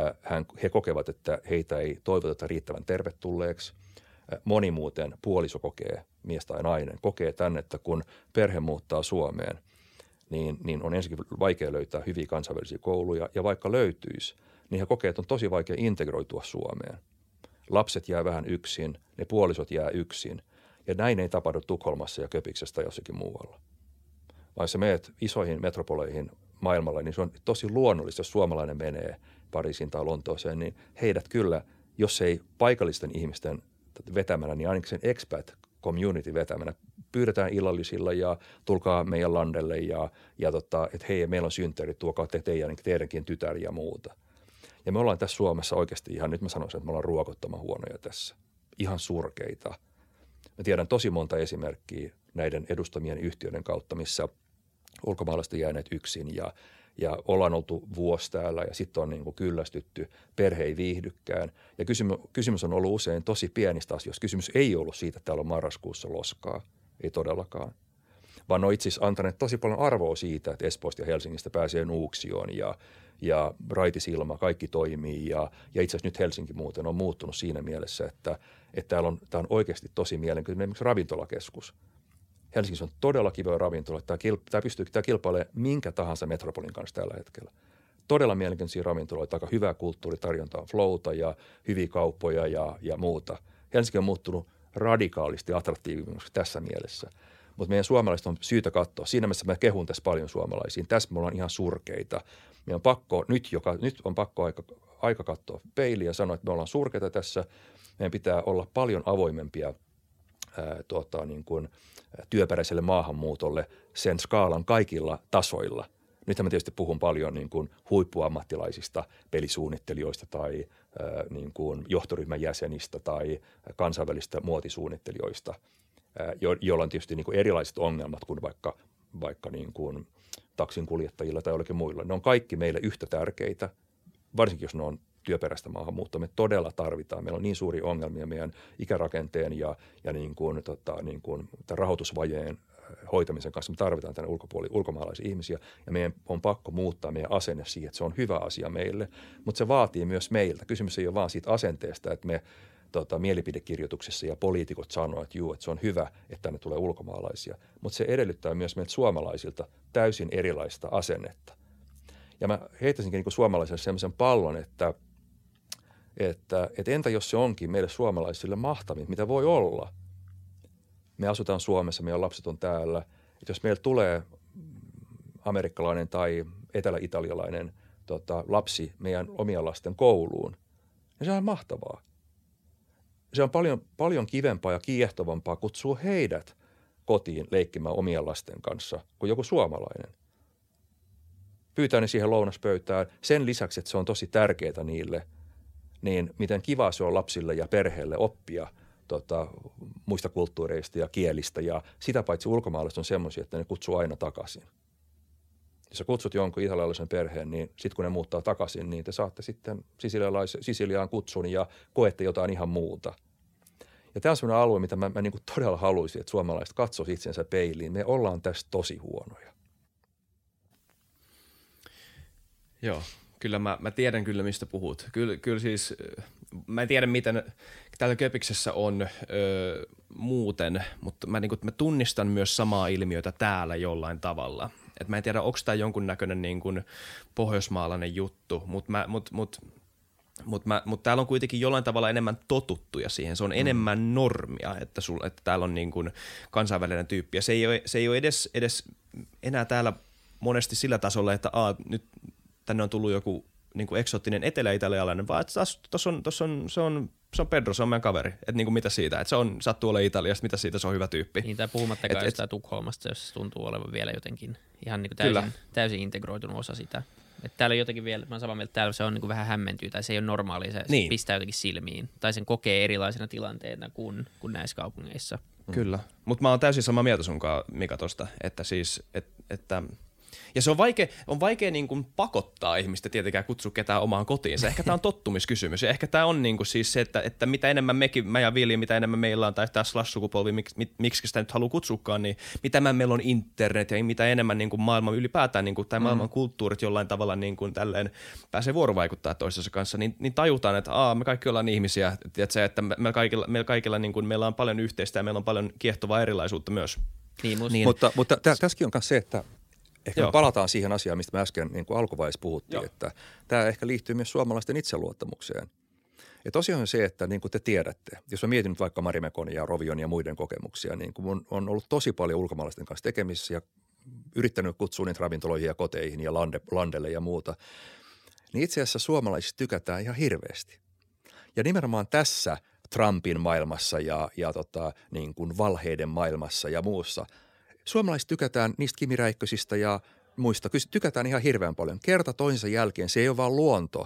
He kokevat, että heitä ei toivoteta riittävän tervetulleeksi. Moni muuten puoliso kokee, mies tai nainen, kokee tänne, että kun perhe muuttaa Suomeen, niin on ensinnäkin vaikea löytää hyviä kansainvälisiä kouluja. Ja vaikka löytyisi, niin he kokee, että on tosi vaikea integroitua Suomeen. Lapset jää vähän yksin, ne puolisot jää yksin. Ja näin ei tapahdu Tukholmassa ja Köpiksessä tai jossakin muualla. Vaan jos sä meet isoihin metropoleihin maailmalla, niin se on tosi luonnollista, jos suomalainen menee Pariisiin tai Lontooseen, niin heidät kyllä, jos ei paikallisten ihmisten vetämänä, niin ainakin sen expat community vetämänä pyydetään illallisilla ja tulkaa meidän landelle ja että hei, meillä on synttärit, tuokaa teidänkin tytär ja muuta. Ja me ollaan tässä Suomessa oikeasti ihan, nyt mä sanoisin, että me ollaan ruokottoman huonoja tässä. Ihan surkeita. Mä tiedän tosi monta esimerkkiä näiden edustamien yhtiöiden kautta, missä ulkomaalaiset on jääneet yksin ja ollaan oltu vuosi täällä ja sitten on niin kuin kyllästytty, perhe ei viihdykään. Ja kysymys on ollut usein tosi pienistä asioista. Kysymys ei ollut siitä, että täällä on marraskuussa loskaa, ei todellakaan. Vaan on itse asiassa antaneet tosi paljon arvoa siitä, että Espoosta ja Helsingistä pääsee Nuuksioon ja raitisilma, kaikki toimii. Ja itse asiassa nyt Helsinki muuten on muuttunut siinä mielessä, että täällä on oikeasti tosi mielenkiintoinen esimerkiksi ravintolakeskus. Helsingissä on todella kivoja ravintola. Tämä kilpailemaan minkä tahansa metropolin kanssa tällä hetkellä. Todella mielenkiintoisia ravintoloita, aika hyvää kulttuuritarjontaa, flowta ja hyviä kauppoja ja muuta. Helsinki on muuttunut radikaalisti attraktiivimmaksi tässä mielessä. Mutta meidän suomalaiset on syytä katsoa. Siinä mielessä mä kehun tässä paljon suomalaisiin. Tässä me ollaan ihan surkeita. Meidän on pakko, nyt on pakko aika katsoa peiliä ja sanoa, että me ollaan surkeita tässä. Meidän pitää olla paljon avoimempia niin kuin työperäiselle maahanmuutolle sen skaalan kaikilla tasoilla. Nythän mä tietysti puhun paljon niin kuin huippuammattilaisista, pelisuunnittelijoista tai niin kuin johtoryhmän jäsenistä tai kansainvälistä muotisuunnittelijoista, joilla on tietysti niin kuin erilaiset ongelmat kuin vaikka niin kuin taksin kuljettajilla tai jollakin muilla. Ne on kaikki meille yhtä tärkeitä, varsinkin jos ne on työperäistä maahanmuuttoa. Me todella tarvitaan. Meillä on niin suuria ongelmia meidän ikärakenteen ja niin kuin rahoitusvajeen hoitamisen kanssa. Me tarvitaan tänne ulkomaalaisia ihmisiä ja meidän on pakko muuttaa meidän asenne siihen, että se on hyvä asia meille, mutta se vaatii myös meiltä. Kysymys ei ole vaan siitä asenteesta, että me mielipidekirjoituksessa ja poliitikot sanoo, että se on hyvä, että tänne tulee ulkomaalaisia, mutta se edellyttää myös meiltä suomalaisilta täysin erilaista asennetta. Ja mä heittäisinkin niin kuin suomalaisille sellaisen pallon, että entä jos se onkin meille suomalaisille mahtavin, mitä voi olla? Me asutaan Suomessa, meidän lapset on täällä. Että jos meillä tulee amerikkalainen tai etelä-italialainen lapsi meidän omien lasten kouluun, niin se on mahtavaa. Se on paljon kivempaa ja kiehtovampaa kutsua heidät kotiin leikkimään omien lasten kanssa kuin joku suomalainen. Pyytää ne siihen lounaspöytään sen lisäksi, että se on tosi tärkeää niille, niin miten kiva se on lapsille ja perheelle oppia muista kulttuureista ja kielistä. Ja sitä paitsi ulkomaalaiset on semmoisia, että ne kutsuu aina takaisin. Jos sä kutsut jonkun italialaisen perheen, niin sitten kun ne muuttaa takaisin, niin te saatte sitten Sisiliaan kutsun ja koette jotain ihan muuta. Ja tämä on sellainen alue, mitä mä niin kuin todella haluaisin, että suomalaiset katsoisivat itsensä peiliin. Me ollaan tässä tosi huonoja. Joo, kyllä mä tiedän kyllä, mistä puhut. Kyllä siis, mä en tiedä, miten täällä Köpiksessä on muuten, mutta mä tunnistan myös samaa ilmiötä täällä jollain tavalla. Et mä en tiedä, onko tämä jonkunnäköinen niin kuin pohjoismaalainen juttu, mutta täällä on kuitenkin jollain tavalla enemmän totuttuja siihen. Se on enemmän normia, että täällä on niin kuin kansainvälinen tyyppi. Ja se ei ole edes enää täällä monesti sillä tasolla, että nyt tänne on tullut joku niin kuin eksoottinen etelä-italialainen, vaan että se on Pedro, se on meidän kaveri. Että niin kuin mitä siitä, että se on sattuu olemaan Italiasta, mitä siitä, se on hyvä tyyppi. Niin, tai puhumattakaan jostain Tukholmasta, jos se tuntuu olevan vielä jotenkin ihan niin kuin täysin integroitunut osa sitä. Että täällä jotenkin vielä, mä oon samaa mieltä, täällä se on niin kuin vähän hämmentyy, tai se ei ole normaalia, se pistää jotenkin silmiin. Tai sen kokee erilaisena tilanteena kuin näissä kaupungeissa. Kyllä, mutta mä oon täysin samaa mieltä sunkaan, Mika, tosta, että siis, että ja se on vaikea niin kuin pakottaa ihmistä tietenkään kutsua ketään omaan kotiinsa. Ehkä tämä on tottumiskysymys. Ja ehkä tämä on niin kuin siis se, että mitä enemmän mä ja Vili, mitä enemmän meillä on, tai tämä slash-sukupolvi, miksi sitä nyt haluaa kutsukaan, niin mitä meillä on internet ja mitä enemmän niin kuin maailman ylipäätään, niin kuin, tai maailman kulttuurit jollain tavalla niin kuin tälleen pääsee vuorovaikuttaa toistensa kanssa, niin tajutaan, että me kaikki ollaan ihmisiä, että meillä kaikilla niin kuin, meillä on paljon yhteistä ja meillä on paljon kiehtovaa erilaisuutta myös. Niin. Mutta tässäkin on myös se, että ehkä me palataan siihen asiaan, mistä me äsken niin kuin alkuvaiheessa puhuttiin, että tämä ehkä liittyy myös suomalaisten itseluottamukseen. Ja tosiaan se, että niin kuin te tiedätte, jos mä mietin nyt vaikka Marimekon ja Rovion ja muiden kokemuksia, niin kuin on ollut tosi paljon ulkomaalaisten kanssa tekemisissä ja yrittänyt kutsua niitä ravintoloihin ja koteihin ja landelle ja muuta, niin itse asiassa suomalaisista tykätään ihan hirveästi. Ja nimenomaan tässä Trumpin maailmassa ja niin kuin valheiden maailmassa ja muussa – suomalaiset tykätään niistä Kimi Räikkösistä ja muista, tykätään ihan hirveän paljon. Kerta toisensa jälkeen se ei ole vaan luonto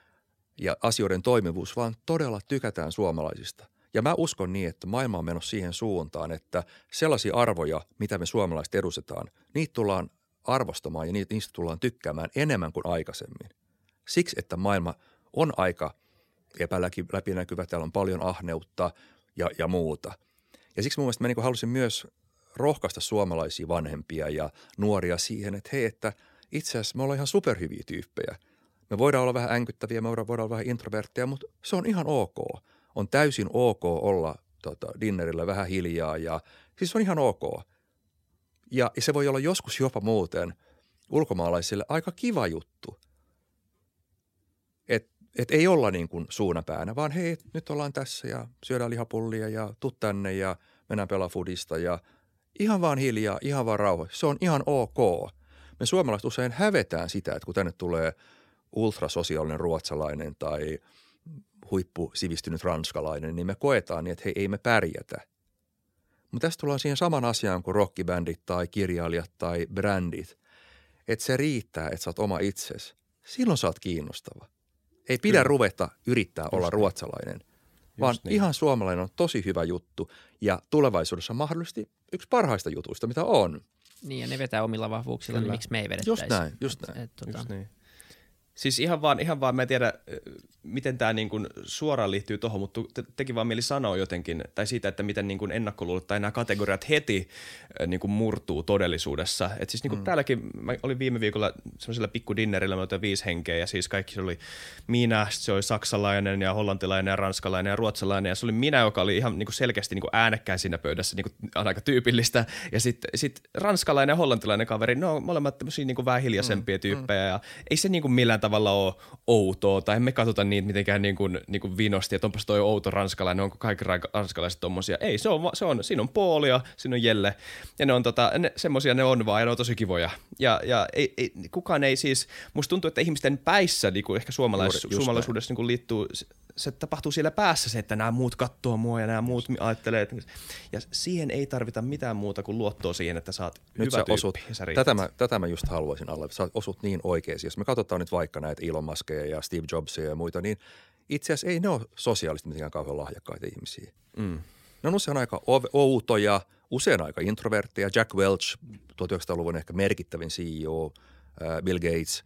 ja asioiden toimivuus, vaan todella tykätään suomalaisista. Ja mä uskon niin, että maailma on menossa siihen suuntaan, että sellaisia arvoja, mitä me suomalaiset edustetaan, niitä tullaan arvostamaan ja niistä tullaan tykkäämään enemmän kuin aikaisemmin. Siksi, että maailma on aika epäläpinäkyvä, täällä on paljon ahneutta ja muuta. Ja siksi mun mielestä mä niin halusin myös rohkaista suomalaisia vanhempia ja nuoria siihen, että hei, että itse asiassa me ollaan ihan superhyviä tyyppejä. Me voidaan olla vähän änkyttäviä, me voidaan olla vähän introvertteja, mutta se on ihan ok. On täysin ok olla dinnerillä vähän hiljaa ja siis se on ihan ok. Ja se voi olla joskus jopa muuten ulkomaalaisille aika kiva juttu. Et ei olla niin kuin suunapäänä, vaan hei, nyt ollaan tässä ja syödään lihapullia ja tuu tänne ja mennään pelaa foodista ja ihan vaan hiljaa, ihan vaan rauhoissa. Se on ihan ok. Me suomalaiset usein hävetään sitä, että kun tänne tulee ultrasosiaalinen ruotsalainen tai huippusivistynyt ranskalainen, niin me koetaan niin, että hei, ei me pärjätä. Mutta tässä tullaan siihen saman asiaan kuin rockibändit tai kirjailijat tai brändit. Että se riittää, että sä oot oma itsesi. Silloin sä oot kiinnostava. Ei pidä ruveta yrittää olla ruotsalainen, vaan ihan suomalainen on tosi hyvä juttu ja tulevaisuudessa mahdollisesti yksi parhaista jutuista, mitä on. Niin, ja ne vetää omilla vahvuuksilla, niin miksi me ei vedettäisi? Just näin. Just niin. Siis ihan vaan, mä en tiedä, miten tämä niin kuin suoraan liittyy tuohon, mutta teki vaan mieli sanoa jotenkin, tai siitä, että miten niin kuin ennakkoluulot tai nämä kategoriat heti niin kuin murtuu todellisuudessa. Että siis niin kuin täälläkin, mä olin viime viikolla semmoisella pikkudinnerillä, mä otin 5 henkeä, ja siis kaikki se oli minä, se oli saksalainen ja hollantilainen ja ranskalainen ja ruotsalainen, ja se oli minä, joka oli ihan niin kuin selkeästi niin kuin äänekkäin siinä pöydässä, niin kuin on aika tyypillistä, ja sit ranskalainen ja hollantilainen kaveri, ne on molemmat tämmöisiä niin kuin vähän hiljaisempia tyyppejä, ja ei se niin kuin millään tavalla ole outoa, tai emme katsota niitä mitenkään niin kuin vinosti, että onpas toi outo ranskalainen, onko kaikki ranskalaiset tommosia. Ei, siinä on Paul ja siinä on Jelle, ja ne on semmosia ne on vaan, ja ne on tosi kivoja. Ja kukaan ei siis, musta tuntuu, että ihmisten päissä, niin kuin ehkä suomalaisuudessa niin kuin liittyy, se tapahtuu siellä päässä se, että nämä muut katsoo mua ja nämä muut ajattelee, että, ja siihen ei tarvita mitään muuta kuin luottoa siihen, että sä oot hyvä tyyppi. Tätä mä just haluaisin alle. Sä osut niin oikein. Jos me katsotaan nyt vaikka näitä Elon Muskeja ja Steve Jobsia ja muita, niin itse asiassa ei ne ole sosiaalisesti mitenkään kauhean lahjakkaita ihmisiä. Ne on usein aika outoja, usein aika introvertteja. Jack Welch, 1900-luvun ehkä merkittävin CEO, Bill Gates,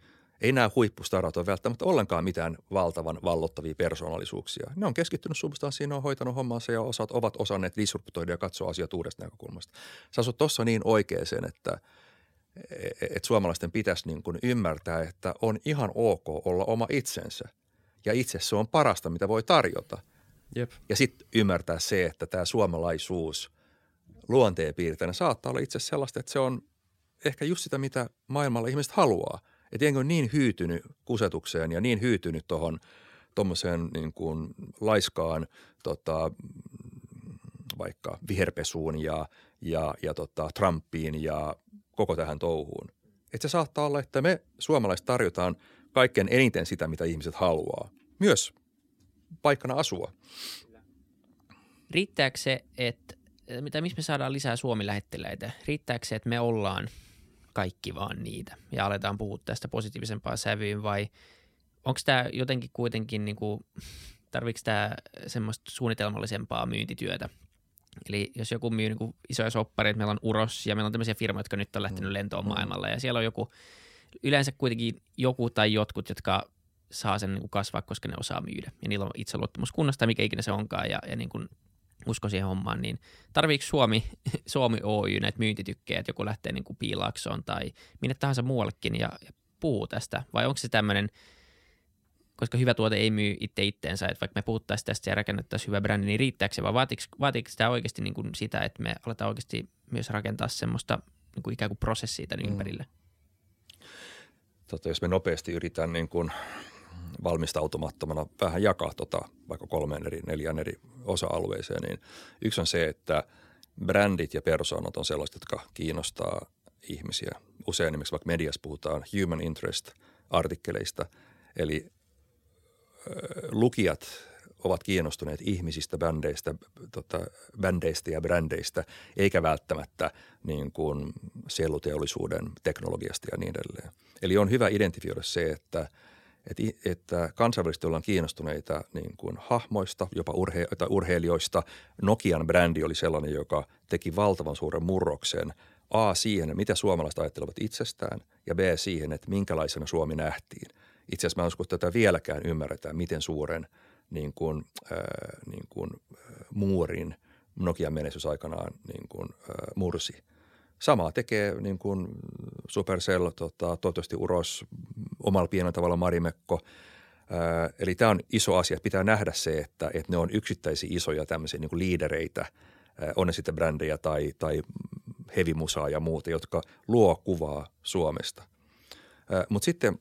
Ei nämä huippustarat ole välttämättä ollenkaan mitään valtavan vallottavia persoonallisuuksia. Ne on keskittynyt substanssiin, ne on hoitanut hommansa ja ovat osanneet disruptoida ja katsoa asiat uudesta näkökulmasta. Sä asut tuossa niin oikeeseen, että suomalaisten pitäisi niin kuin ymmärtää, että on ihan ok olla oma itsensä. Ja itse se on parasta, mitä voi tarjota. Jep. Ja sitten ymmärtää se, että tämä suomalaisuus luonteenpiirteinä saattaa olla itse sellaista, että se on ehkä just sitä, mitä maailmalla ihmiset haluaa. Että jengi on niin hyytynyt kusetukseen ja niin hyytynyt tuommoiseen niin kuin laiskaan vaikka viherpesuun ja Trumpiin ja koko tähän touhuun. Että se saattaa olla, että me suomalaiset tarjotaan kaikkein eniten sitä, mitä ihmiset haluaa. Myös paikkana asua. Riittääkö se, että missä me saadaan lisää Suomi-lähettiläitä? Riittääkö se, että me ollaan kaikki vaan niitä ja aletaan puhua tästä positiivisempaan sävyyn vai onko tämä jotenkin kuitenkin, tarvitseeko tämä semmoista suunnitelmallisempaa myyntityötä? Eli jos joku myy isoja soppareita, meillä on Uros ja meillä on tämmöisiä firmoja, jotka nyt on lähtenyt lentoon maailmalla ja siellä on yleensä kuitenkin joku tai jotkut, jotka saa sen kasvaa, koska ne osaa myydä ja niillä on itseluottamus kunnasta, mikä ikinä se onkaan ja usko siihen hommaan, niin tarviiko Suomi Oy näitä myyntitykkejä, että joku lähtee Piilaaksoon tai minne tahansa muuallekin ja puhuu tästä? Vai onko se tämmöinen, koska hyvä tuote ei myy itteensä, että vaikka me puhuttaisiin tästä ja rakennettaisiin hyvä brändi, niin riittääkö se vai vaatiiko sitä oikeasti sitä, että me aletaan oikeasti myös rakentaa semmoista ikään kuin prosessia tämän ympärille? Jos me nopeasti yritän valmistautumattomana vähän jakaa vaikka 3-4 eri osa-alueeseen, niin yksi on se, että brändit ja persoonat on sellaiset, jotka kiinnostaa ihmisiä. Usein esimerkiksi vaikka mediassa puhutaan human interest -artikkeleista, eli lukijat ovat kiinnostuneet ihmisistä, bändeistä ja brändeistä, eikä välttämättä niin kuin selluteollisuuden teknologiasta ja niin edelleen. Eli on hyvä identifioida se, että kansainvälisesti ollaan kiinnostuneita niin kuin hahmoista, jopa urheilijoista. Nokian brändi oli sellainen, joka teki valtavan suuren murroksen A siihen, mitä suomalaiset ajattelevat itsestään ja B siihen, että minkälaisena Suomi nähtiin. Itse asiassa mä en usko, että tätä vieläkään ymmärretään, miten suuren muurin Nokian menestys aikanaan mursi. Samaa tekee niin kuin Supercell, toivottavasti Uros, omalla pienellä tavalla Marimekko. Eli tämä on iso asia. Pitää nähdä se, että ne on yksittäisiä isoja tämmöisiä niin kuin liidereitä, on ne sitten brändejä tai hevimusaa ja muuta, jotka luo kuvaa Suomesta. Mutta sitten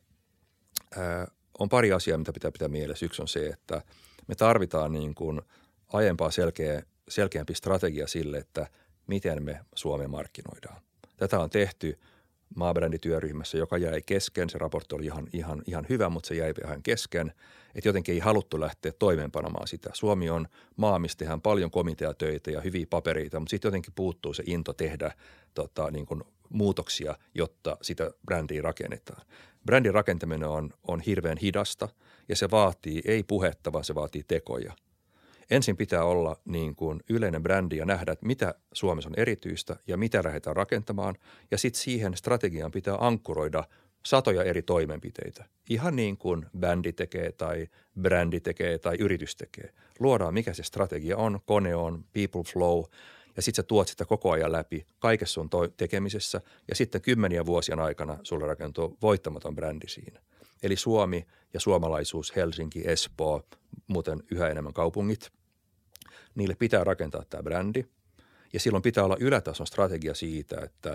on pari asiaa, mitä pitää mielessä. Yksi on se, että me tarvitaan niin kuin aiempaa selkeämpi strategia sille, että miten me Suomea markkinoidaan. Tätä on tehty maabrändityöryhmässä, joka jäi kesken. Se raportti oli ihan hyvä, mutta se jäi vähän kesken. Että jotenkin ei haluttu lähteä toimeenpanomaan sitä. Suomi on maa, missä tehdään paljon komiteatöitä ja hyviä papereita, mutta sitten jotenkin puuttuu se into tehdä niin kuin muutoksia, jotta sitä brändiä rakennetaan. Brändin rakentaminen on hirveän hidasta ja se vaatii ei puhetta, vaan se vaatii tekoja. Ensin pitää olla niin kuin yleinen brändi ja nähdä, että mitä Suomessa on erityistä ja mitä lähdetään rakentamaan. Ja sitten siihen strategiaan pitää ankkuroida satoja eri toimenpiteitä. Ihan niin kuin bändi tekee tai brändi tekee tai yritys tekee. Luodaan, mikä se strategia on, kone on, people flow ja sitten sä tuot sitä koko ajan läpi kaikessa sun tekemisessä ja sitten 10 vuosien aikana sulle rakentuu voittamaton brändi siinä. Eli Suomi ja suomalaisuus, Helsinki, Espoo, muuten yhä enemmän kaupungit. Niille pitää rakentaa tämä brändi ja silloin pitää olla ylätason strategia siitä, että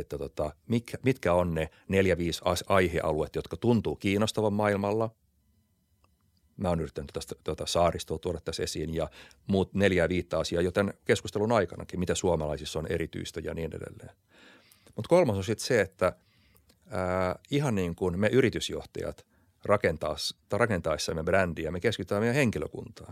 mitkä on ne 4-5 aihealueet, jotka tuntuu kiinnostavan maailmalla. Mä oon yrittänyt saaristoa tuoda tässä esiin ja muut 4-5 asiaa jo tämän keskustelun aikanakin, mitä suomalaisissa on erityistä ja niin edelleen. Mutta kolmas on sitten se, että ihan niin kuin me yritysjohtajat rakentaessamme brändiä, me keskitytään meidän henkilökuntaan.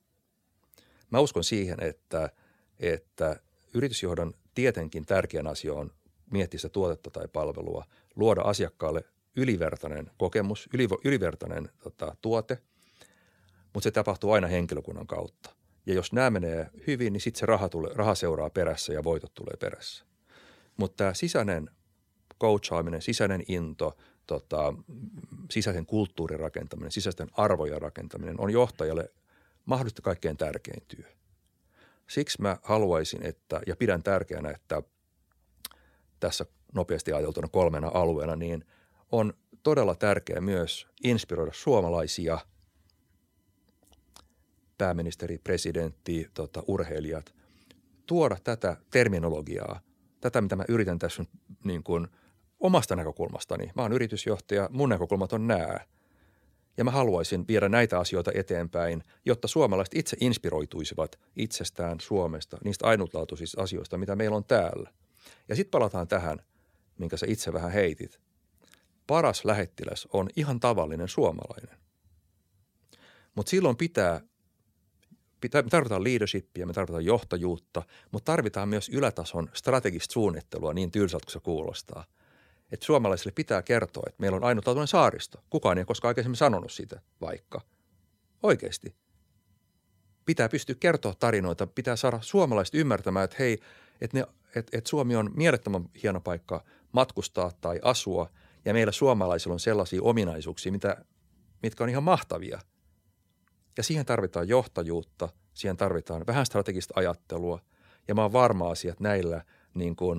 Mä uskon siihen, että yritysjohdon tietenkin tärkeän asia on miettiä sitä tuotetta tai palvelua, luoda asiakkaalle ylivertainen kokemus, ylivertainen tuote, mutta se tapahtuu aina henkilökunnan kautta. Ja jos nämä menee hyvin, niin sitten se raha seuraa perässä ja voitot tulee perässä. Mutta tämä sisäinen coachaaminen, sisäinen into, sisäisen kulttuurin rakentaminen, sisäisten arvojen rakentaminen on johtajalle mahdollisesti kaikkein tärkein työ. Siksi mä haluaisin, ja pidän tärkeänä, että tässä nopeasti ajateltuna 3 alueena, niin on todella tärkeää myös inspiroida suomalaisia pääministeri, presidentti, urheilijat, tuoda tätä terminologiaa, tätä mitä mä yritän tässä niin kuin omasta näkökulmastani. Mä oon yritysjohtaja, mun näkökulmat on nämä. Ja mä haluaisin viedä näitä asioita eteenpäin, jotta suomalaiset itse inspiroituisivat itsestään, Suomesta, niistä ainutlaatuisista asioista, mitä meillä on täällä. Ja sitten palataan tähän, minkä sä itse vähän heitit. Paras lähettiläs on ihan tavallinen suomalainen. Mutta silloin me tarvitaan leadershipia, me tarvitaan johtajuutta, mutta tarvitaan myös ylätason strategista suunnittelua niin tylsältä kuin se kuulostaa. Että suomalaisille pitää kertoa, että meillä on ainutlaatuinen saaristo. Kukaan ei ole koskaan aikaisemmin sanonut sitä vaikka. Oikeasti. Pitää pystyä kertoa tarinoita, pitää saada suomalaiset ymmärtämään, että hei, että Suomi on mielettömän hieno paikka matkustaa tai asua ja meillä suomalaisilla on sellaisia ominaisuuksia, mitkä on ihan mahtavia. Ja siihen tarvitaan johtajuutta, siihen tarvitaan vähän strategista ajattelua ja mä oon varma asia, että näillä niin kuin,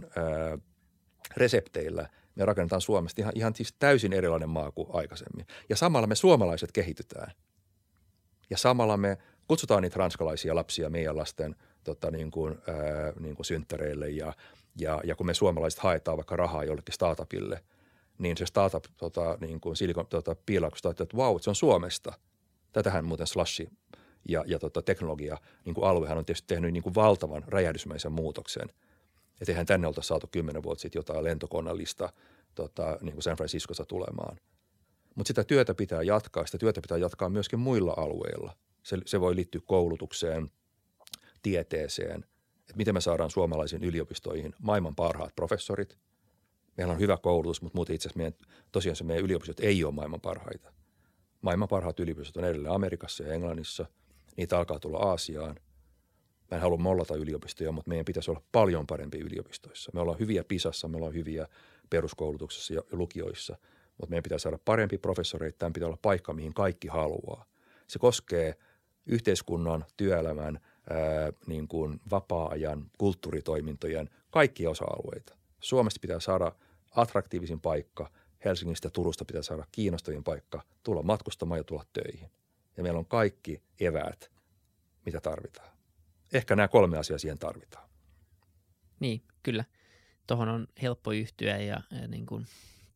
resepteillä me rakennetaan Suomesta ihan siis täysin erilainen maa kuin aikaisemmin. Ja samalla me suomalaiset kehitytään. Ja samalla me kutsutaan niitä ranskalaisia lapsia meidän lasten niin kuin synttäreille ja kun me suomalaiset haetaan vaikka rahaa jollekin startupille, niin se startup niin kuin piilakusta, että vau, se on Suomesta. Tätähän muuten Slashi ja teknologia niin kuin aluehan on tietysti tehnyt niin kuin valtavan räjähdysmäisen muutoksen. Että eihän tänne oltaisi saatu 10 vuotta sitten jotain lentokoneellista niin kuin San Franciscossa tulemaan. Mutta sitä työtä pitää jatkaa. Sitä työtä pitää jatkaa myöskin muilla alueilla. Se voi liittyä koulutukseen, tieteeseen, että miten me saadaan suomalaisiin yliopistoihin maailman parhaat professorit. Meillä on hyvä koulutus, mutta muuten itse asiassa meidän yliopistot ei ole maailman parhaita. Maailman parhaat yliopistot on edelleen Amerikassa ja Englannissa. Niitä alkaa tulla Aasiaan. Mä en halua mollata yliopistoja, mutta meidän pitäisi olla paljon parempi yliopistoissa. Me ollaan hyviä PISassa, me ollaan hyviä peruskoulutuksessa ja lukioissa, mutta meidän pitää saada parempi professoreita. Tämän pitää olla paikka, mihin kaikki haluaa. Se koskee yhteiskunnan, työelämän, niin kuin vapaa-ajan, kulttuuritoimintojen, kaikkia osa-alueita. Suomesta pitää saada attraktiivisin paikka, Helsingistä ja Turusta pitää saada kiinnostavin paikka, tulla matkustamaan ja tulla töihin. Ja meillä on kaikki eväät, mitä tarvitaan. Ehkä nämä 3 asiaa siihen tarvitaan. Niin, kyllä. Tuohon on helppo yhtyä ja niin kuin,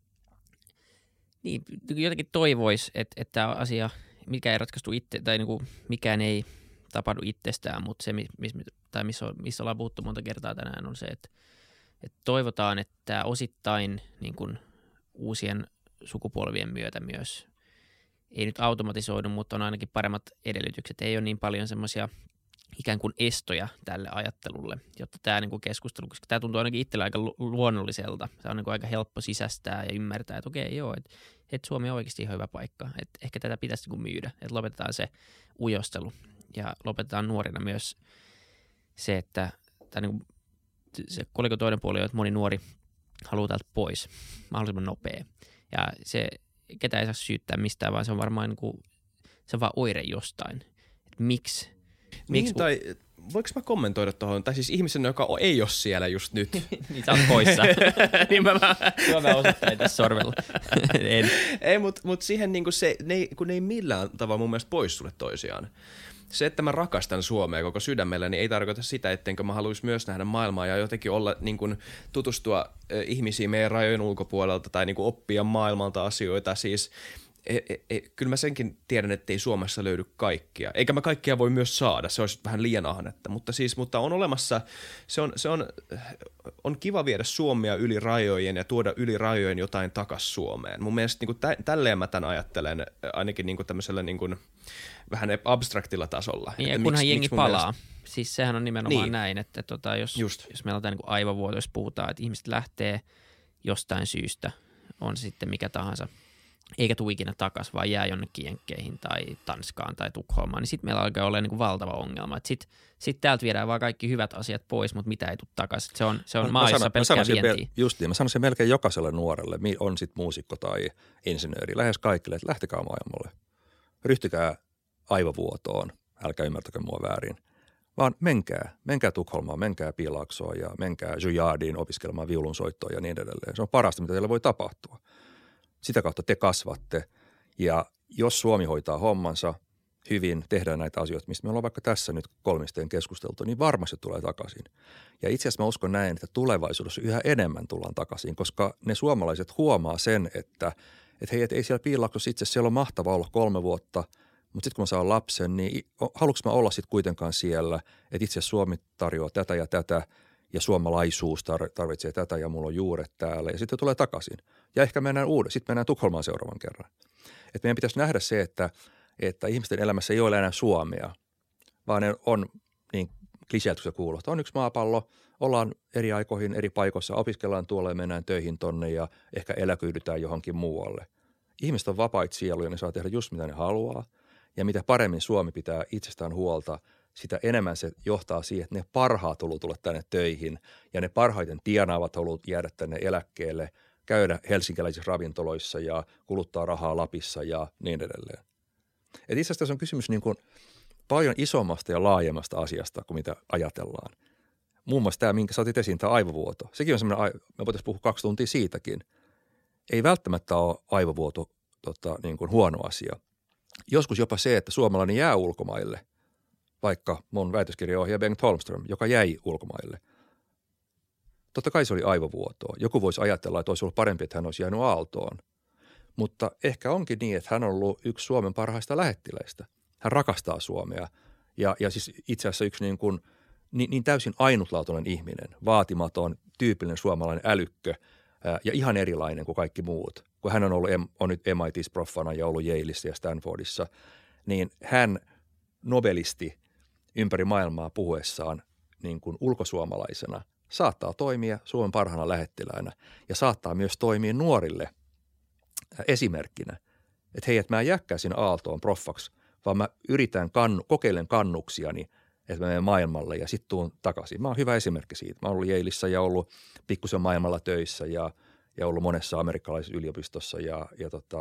niin, jotenkin toivoisi, että tämä asia, mikä ei ratkaistu itse, tai niin kuin, mikään ei tapahdu itsestään, mutta se, missä ollaan puhuttu monta kertaa tänään, on se, että toivotaan, että osittain niin kuin uusien sukupolvien myötä myös, ei nyt automatisoidu, mutta on ainakin paremmat edellytykset. Ei ole niin paljon semmoisia ikään kuin estoja tälle ajattelulle, jotta tämä niin kuin keskustelu, koska tämä tuntuu ainakin itsellä aika luonnolliselta. Se on niin kuin aika helppo sisäistää ja ymmärtää, että okei, joo, että Suomi on oikeasti ihan hyvä paikka. Että ehkä tätä pitäisi niin kuin myydä, että lopetetaan se ujostelu ja lopetetaan nuorina myös se, että niin kuin se kolikon toinen puoli on, että moni nuori haluaa täältä pois mahdollisimman nopea. Ja se, ketä ei saa syyttää mistään, vaan se on varmaan niin kuin, se on vaan oire jostain. Että miksi? Niin, tai voinko mä kommentoida tuohon? Tai siis ihmisen, joka ei ole siellä just nyt. Niin sä oot poissa. Niin mä osoittain tässä sormella. Ei, mutta siihen niinku kun ne ei millään tavalla mun mielestä poissulle toisiaan. Se, että mä rakastan Suomea koko sydämellä, niin ei tarkoita sitä, ettenkö mä haluaisi myös nähdä maailmaa ja jotenkin olla, niin kuin, tutustua ihmisiin meidän rajojen ulkopuolelta tai niin kuin oppia maailmalta asioita. Siis kyllä mä senkin tiedän, että ei Suomessa löydy kaikkia. Eikä mä kaikkia voi myös saada, se olisi vähän liian ahnetta. Mutta on olemassa, on kiva viedä Suomea yli rajojen ja tuoda yli rajojen jotain takas Suomeen. Mun mielestä niin kuin tälleen mä tämän ajattelen, ainakin niin kuin tämmöisellä niin kuin vähän abstraktilla tasolla. Niin, ja kunhan jengi palaa. Siis sehän on nimenomaan näin, että jos meillä on tämä niin aivovuoto, jos puhutaan, että ihmiset lähtee jostain syystä, on se sitten mikä tahansa, eikä tule ikinä takaisin, vaan jää jonnekin Jenkkeihin tai Tanskaan tai Tukholmaan, niin sitten meillä alkaa olla niin kuin valtava ongelma. Sitten täältä viedään vaan kaikki hyvät asiat pois, mutta mitä ei tule takaisin. Se on maa, jossa pelkkää vientiä. Just niin, mä sanon sen melkein jokaiselle nuorelle, on sitten muusikko tai insinööri, lähes kaikille, että lähtekää maailmalle. Ryhtykää aivovuotoon, älkää ymmärtäkö mua väärin, vaan menkää Tukholmaan, menkää Piilaaksoon ja menkää Juillardiin opiskelemaan viulunsoittoa ja niin edelleen. Se on parasta, mitä teille voi tapahtua. Sitä kautta te kasvatte ja jos Suomi hoitaa hommansa hyvin, tehdään näitä asioita, mistä me ollaan vaikka tässä nyt kolmisteen keskusteltu, niin varmasti tulee takaisin. Ja itse asiassa mä uskon näin, että tulevaisuudessa yhä enemmän tullaan takaisin, koska ne suomalaiset huomaa sen, että hei, et ei siellä Piilaaksossa itse siellä on mahtavaa olla 3 vuotta, mutta sitten kun mä saan lapsen, niin haluanko mä olla sitten kuitenkaan siellä, että itse asiassa Suomi tarjoaa tätä ja tätä ja suomalaisuus tarvitsee tätä ja mulla on juuret täällä ja sitten tulee takaisin. Ja ehkä sitten mennään Tukholmaan seuraavan kerran. Että meidän pitäisi nähdä se, että ihmisten elämässä ei ole enää Suomea, vaan ne on niin kliseeltä, kun se kuuluu, että on yksi maapallo, ollaan eri aikoihin eri paikoissa, opiskellaan tuolla ja mennään töihin tonne ja ehkä eläköidytään johonkin muualle. Ihmiset on vapaita sieluja, ne saa tehdä just mitä ne haluaa ja mitä paremmin Suomi pitää itsestään huolta, sitä enemmän se johtaa siihen, että ne parhaat haluaa tulla tänne töihin ja ne parhaiten tienaavat haluaa jäädä tänne eläkkeelle, käydä helsinkiläisissä ravintoloissa ja kuluttaa rahaa Lapissa ja niin edelleen. Et itse asiassa tässä on kysymys niin kuin paljon isommasta ja laajemmasta asiasta kuin mitä ajatellaan. Muun muassa tämä, minkä sä otit esiin, tämä aivovuoto. Sekin on semmoinen, me voitaisiin puhua 2 tuntia siitäkin. Ei välttämättä ole aivovuoto niin kuin huono asia. Joskus jopa se, että suomalainen jää ulkomaille, vaikka mun väitöskirjaohjaaja Bengt Holmström, joka jäi ulkomaille. Totta kai se oli aivovuotoa. Joku voisi ajatella, että olisi ollut parempi, että hän olisi jäänyt Aaltoon. Mutta ehkä onkin niin, että hän on ollut yksi Suomen parhaista lähettiläistä. Hän rakastaa Suomea ja siis itse asiassa yksi niin täysin ainutlaatuinen ihminen, vaatimaton, tyypillinen suomalainen älykkö ja ihan erilainen kuin kaikki muut. Kun hän on nyt MIT:ssä proffana ja ollut Yaleissa ja Stanfordissa, niin hän nobelisti ympäri maailmaa puhuessaan niin kuin ulkosuomalaisena saattaa toimia Suomen parhaana lähettiläänä ja saattaa myös toimia nuorille esimerkkinä, että hei, että mä en jääkään sinne Aaltoon proffaksi, vaan mä yritän kokeilen kannuksiani, että mä menen maailmalle ja sitten tuun takaisin. Mä oon hyvä esimerkki siitä. Mä oon ollut Yaleissa ja ollut pikkusen maailmalla töissä ja ollut monessa amerikkalaisessa yliopistossa ja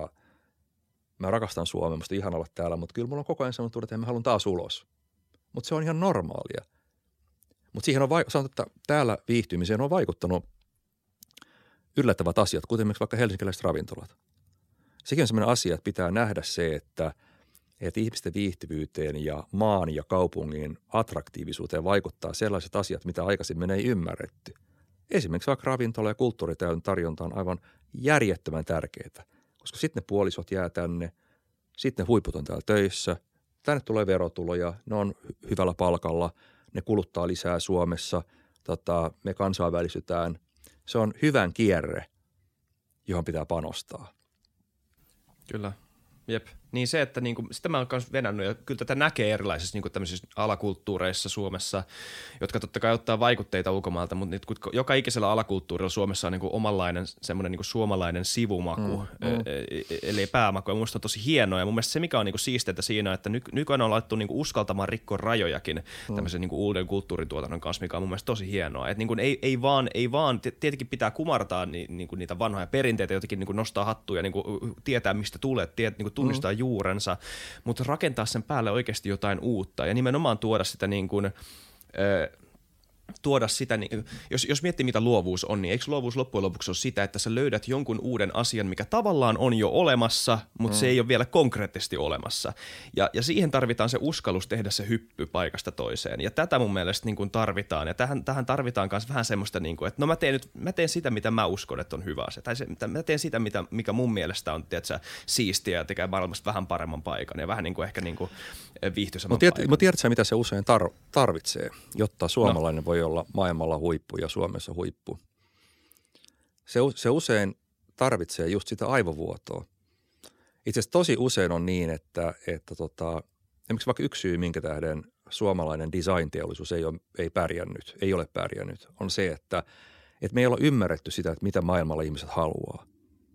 mä rakastan Suomea, musta ihan olla täällä, mutta kyllä mulla on koko ajan sanottu, että mä haluan taas ulos. Mutta se on ihan normaalia. Mutta siihen on sanotaan, että täällä viihtymiseen on vaikuttanut yllättävät asiat, kuten esimerkiksi vaikka helsinkiläiset ravintolat. Sekin on sellainen asia, että pitää nähdä se, että ihmisten viihtyvyyteen ja maan ja kaupungin attraktiivisuuteen vaikuttaa sellaiset asiat, mitä aikaisemmin ei ymmärretty. Esimerkiksi vaikka ravintola- ja kulttuuritarjonta on aivan järjettömän tärkeää, koska sitten ne puolisot jää tänne, sitten ne huiput on täällä töissä, tänne tulee verotuloja, ne on hyvällä palkalla, ne kuluttaa lisää Suomessa, me kansainvälistytään. Se on hyvän kierre, johon pitää panostaa. Kyllä. Jep. Niin se, että niinku, sitä mä oon myös venännyt ja kyllä tätä näkee erilaisissa niinku tämmöisissä alakulttuureissa Suomessa, jotka totta kai ottaa vaikutteita ulkomailta, mutta nyt, joka ikisellä alakulttuurilla Suomessa on niinku omanlainen semmoinen niinku suomalainen sivumaku, eli päämaku. Ja mun mielestä on tosi hienoa ja mun mielestä se, mikä on niinku siisteintä siinä, että nykyään on laittu niinku uskaltamaan rikkoa rajojakin tämmöisen niinku uuden kulttuurituotannon kanssa, mikä on mun mielestä tosi hienoa. Että niinku ei vaan, tietenkin pitää kumartaa niinku niitä vanhoja perinteitä, jotenkin niinku nostaa hattua ja niinku tietää, mistä tulet, niinku tunnistaa juurensa, mutta rakentaa sen päälle oikeasti jotain uutta ja nimenomaan tuoda sitä niin kuin, jos miettii mitä luovuus on, niin eikö luovuus loppujen lopuksi ole sitä, että sä löydät jonkun uuden asian, mikä tavallaan on jo olemassa, mutta se ei ole vielä konkreettisesti olemassa. Ja siihen tarvitaan se uskallus tehdä se hyppy paikasta toiseen. Ja tätä mun mielestä niin kuin tarvitaan. Ja tähän tarvitaan myös vähän semmoista, niin kuin, että no mä teen sitä, mitä mä uskon, että on hyvä asia. Tai mä teen sitä, mikä mun mielestä on tiedätkö, siistiä ja tekee maailmasta vähän paremman paikan ja vähän niin kuin ehkä niin kuin viihtyisemmän paikan. Mutta tiedätkö mitä se usein tarvitsee, jotta suomalainen voi olla maailmalla huippu ja Suomessa huippu. Se usein tarvitsee just sitä aivovuotoa. Itse asiassa tosi usein on niin, että esimerkiksi vaikka yksi syy, minkä tähden suomalainen design-teollisuus ei ole pärjännyt, on se, että me ei olla ymmärretty sitä, että mitä maailmalla ihmiset haluaa.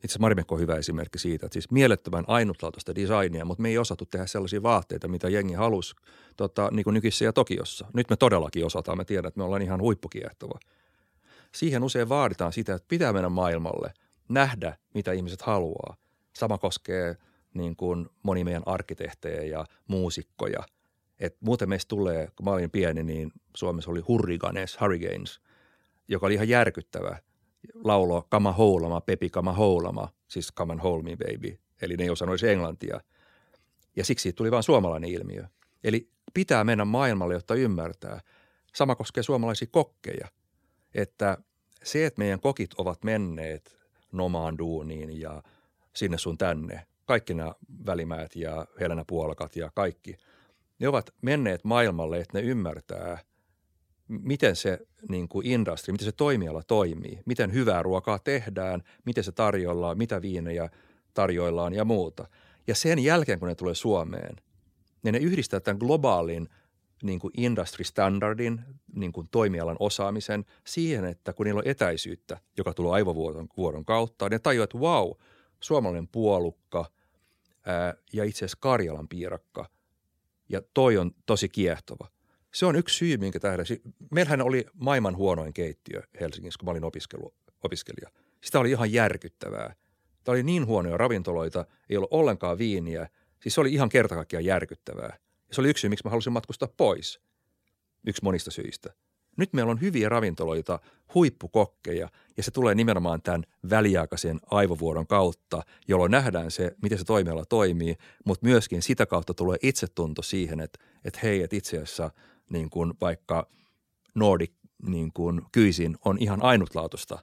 itse Marimekko on hyvä esimerkki siitä, että siis mielettömän ainutlaatuista designia, mutta me ei osattu tehdä sellaisia vaatteita, mitä jengi halusi niin kuin Nykissä ja Tokiossa. Nyt me todellakin osataan, me tiedän, että me ollaan ihan huippukiehtova. Siihen usein vaaditaan sitä, että pitää mennä maailmalle, nähdä, mitä ihmiset haluaa. Sama koskee niin kuin moni meidän arkkitehtejä ja muusikkoja. Et muuten meistä tulee, kun mä olin pieni, niin Suomessa oli Hurricanes, joka oli ihan järkyttävä. Laulo Kama Houlama, Pepi Kama Houlama, siis Come and Hold Me Baby, eli ne ei osannut edes englantia. Ja siksi siitä tuli vain suomalainen ilmiö. Eli pitää mennä maailmalle, jotta ymmärtää. Sama koskee suomalaisia kokkeja, että se, että meidän kokit ovat menneet Nomaan duuniin ja sinne sun tänne, kaikki nämä Välimäet ja Helena Puolakat ja kaikki, ne ovat menneet maailmalle, että ne ymmärtää, miten se niin kuin industry, miten se toimiala toimii, miten hyvää ruokaa tehdään, miten se tarjoillaan, mitä viinejä tarjoillaan ja muuta. Ja sen jälkeen, kun ne tulee Suomeen, niin ne yhdistää tämän globaalin niin kuin industry standardin, niin kuin toimialan osaamisen siihen, että kun niillä on etäisyyttä, joka tulee aivovuodon kautta, ne tajuaa, että vau, suomalainen puolukka ja itse asiassa Karjalan piirakka ja toi on tosi kiehtova. Se on yksi syy, minkä tähden. Meillähän oli maailman huonoin keittiö Helsingissä, kun mä olin opiskelija. Sitä oli ihan järkyttävää. Tämä oli niin huonoja ravintoloita, ei ollut ollenkaan viiniä. Siis se oli ihan kerta kaikkiaan järkyttävää. Ja se oli yksi syy, miksi mä halusin matkustaa pois. Yksi monista syistä. Nyt meillä on hyviä ravintoloita, huippukokkeja, ja se tulee nimenomaan tämän väliaikaisen aivovuodon kautta, jolloin nähdään se, miten se toimiala toimii, mutta myöskin sitä kautta tulee itsetunto siihen, että hei, että itse asiassa niin kuin vaikka Nordic niin kuin Cuisine on ihan ainutlaatuista.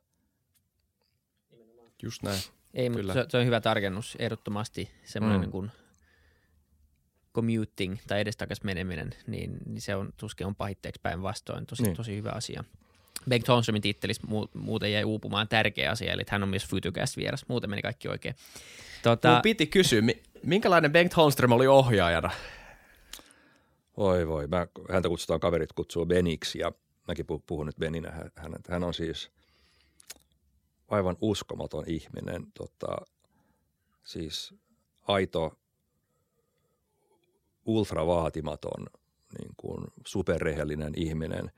Just näin. Ei, mutta se on hyvä tarkennus. Ehdottomasti semmoinen niin kuin commuting tai edestakas meneminen, niin se on tuskin on pahitteeksi päinvastoin. Tosi hyvä asia. Bengt Holmströmin tittelis muuten jäi uupumaan tärkeä asia, eli hän on myös Futucast-vieras. Muuten meni kaikki oikein. Mun piti kysyä, minkälainen Bengt Holmström oli ohjaajana? Voi. Häntä kutsutaan, kaverit kutsuu Beniksi, ja mäkin puhun nyt Beninä. Hän on siis aivan uskomaton ihminen. Siis aito, ultravaatimaton, niin kuin superrehellinen ihminen,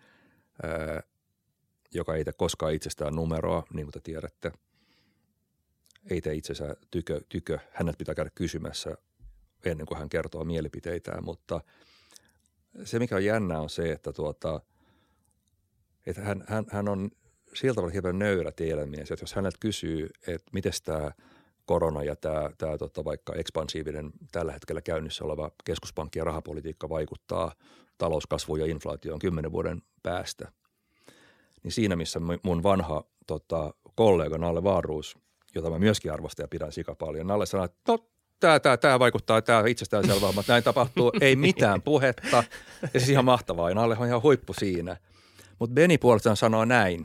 joka ei tee koskaan itsestään numeroa, niin kuin te tiedätte. Ei tee itsensä tykö. Hänet pitää käydä kysymässä ennen kuin hän kertoo mielipiteitään, mutta se, mikä on jännää, on se, että hän on sillä tavalla hieman nöyrä tiedämies, että jos häneltä kysyy, että miten tämä korona ja tämä vaikka ekspansiivinen tällä hetkellä käynnissä oleva keskuspankki- ja rahapolitiikka vaikuttaa talouskasvuun ja inflaatioon 10 vuoden päästä, niin siinä, missä mun vanha kollega Nalle Wahlroos, jota mä myöskin arvostan ja pidän sika paljon, Nalle sanoi, että no, tämä vaikuttaa, tämä itsestään selvää, mutta näin tapahtuu, ei mitään puhetta, ja siis ihan mahtavaa, ja Nalle on ihan huippu siinä. Mutta Beni puolestaan sanoo näin,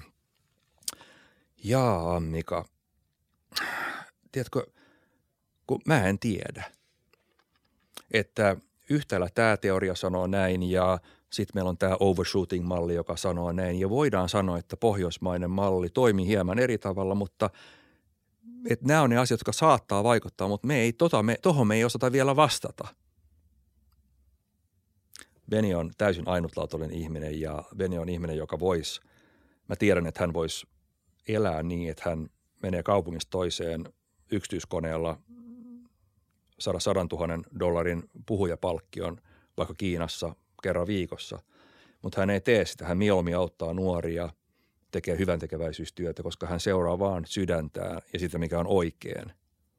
jaa Mika, tiedätkö, kun mä en tiedä, että yhtäällä tämä teoria sanoo näin ja sitten meillä on tämä overshooting-malli, joka sanoo näin ja voidaan sanoa, että pohjoismainen malli toimii hieman eri tavalla, mutta että nämä on ne asiat, jotka saattaa vaikuttaa, mutta tohon me ei osata vielä vastata. Beni on täysin ainutlaatuinen ihminen ja Beni on ihminen, joka mä tiedän, että hän voisi elää niin, että hän menee kaupungista toiseen yksityiskoneella 100 000 dollarin puhujapalkkion vaikka Kiinassa kerran viikossa, mutta hän ei tee sitä. Hän mieluummin auttaa nuoria, tekee hyvän tekeväisyystyötä, koska hän seuraa vaan sydäntään ja sitä, mikä on oikein.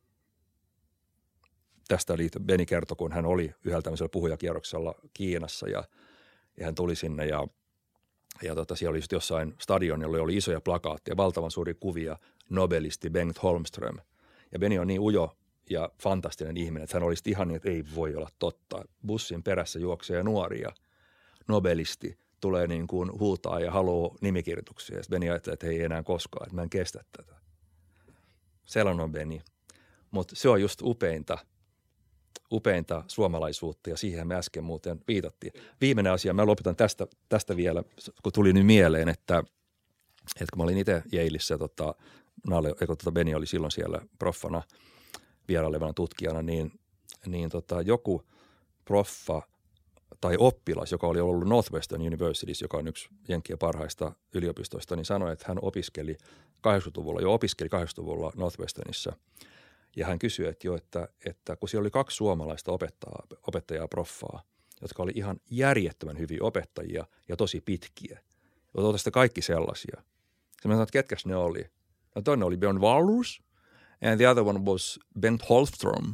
Tästä Beni kertoi, kun hän oli yhdellä tämmöisellä puhujakierroksella Kiinassa ja hän tuli sinne ja siellä oli just jossain stadionilla oli isoja plakaatteja, valtavan suuria kuvia, nobelisti Bengt Holmström. Ja Beni on niin ujo ja fantastinen ihminen, että hän olisi ihan niin, että ei voi olla totta. Bussin perässä juoksee nuoria, nobelisti tulee niin kuin huutaa ja haluaa nimikirjoituksia. Ja Beni ajattelee, että ei enää koskaan, että mä en kestä tätä. Sellainen on Beni. Mutta se on just upeinta suomalaisuutta ja siihen me äsken muuten viitattiin. Viimeinen asia, mä lopetan tästä vielä, kun tuli nyt mieleen, että kun mä olin itse Yaleissa Beni oli silloin siellä proffana vierailevana tutkijana, niin joku proffa tai oppilas, joka oli ollut Northwestern Universityssä, joka on yksi Jenkkien parhaista yliopistoista, niin sanoi, että hän opiskeli 80-luvulla Northwesternissa. Ja hän kysyi, että kun siellä oli 2 suomalaista opettajaa proffaa, jotka oli ihan järjettömän hyviä opettajia ja tosi pitkiä. Ja olette kaikki sellaisia. Mä sanoin, että ketkäs ne oli? No toinen oli Björn Wahlroos and the other one was Bent Holmström.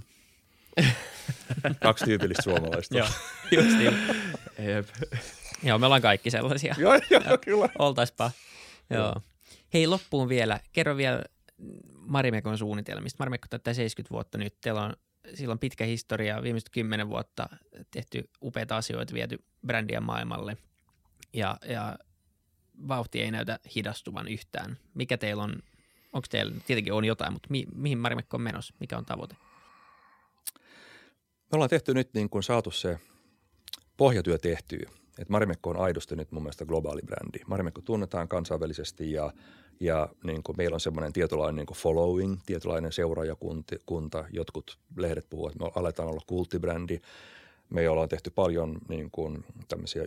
2 tyypillistä suomalaista. Joo, just niin. Joo, me ollaan kaikki sellaisia. Joo, kyllä. Oltaispa. Joo. Hei, loppuun vielä. Kerro vielä Marimekon suunnitelmista. Marimekko täyttää 70 vuotta nyt. Teillä on silloin pitkä historia, viimeiset 10 vuotta tehty upeita asioita, viety brändiä maailmalle ja vauhti ei näytä hidastuvan yhtään. Mikä teillä on, onko teillä, tietenkin on jotain, mutta mihin Marimekko on menossa? Mikä on tavoite? Me ollaan tehty nyt niin kuin saatu se pohjatyö tehtyä. Että Marimekko on aidosti nyt mun mielestä globaali brändi. Marimekko tunnetaan kansainvälisesti ja niin kuin meillä on semmoinen tietynlainen niin kuin following, tietynlainen seuraajakunta. Jotkut lehdet puhuvat, että me aletaan olla kulttibrändi. Me ollaan tehty paljon niin kuin tämmöisiä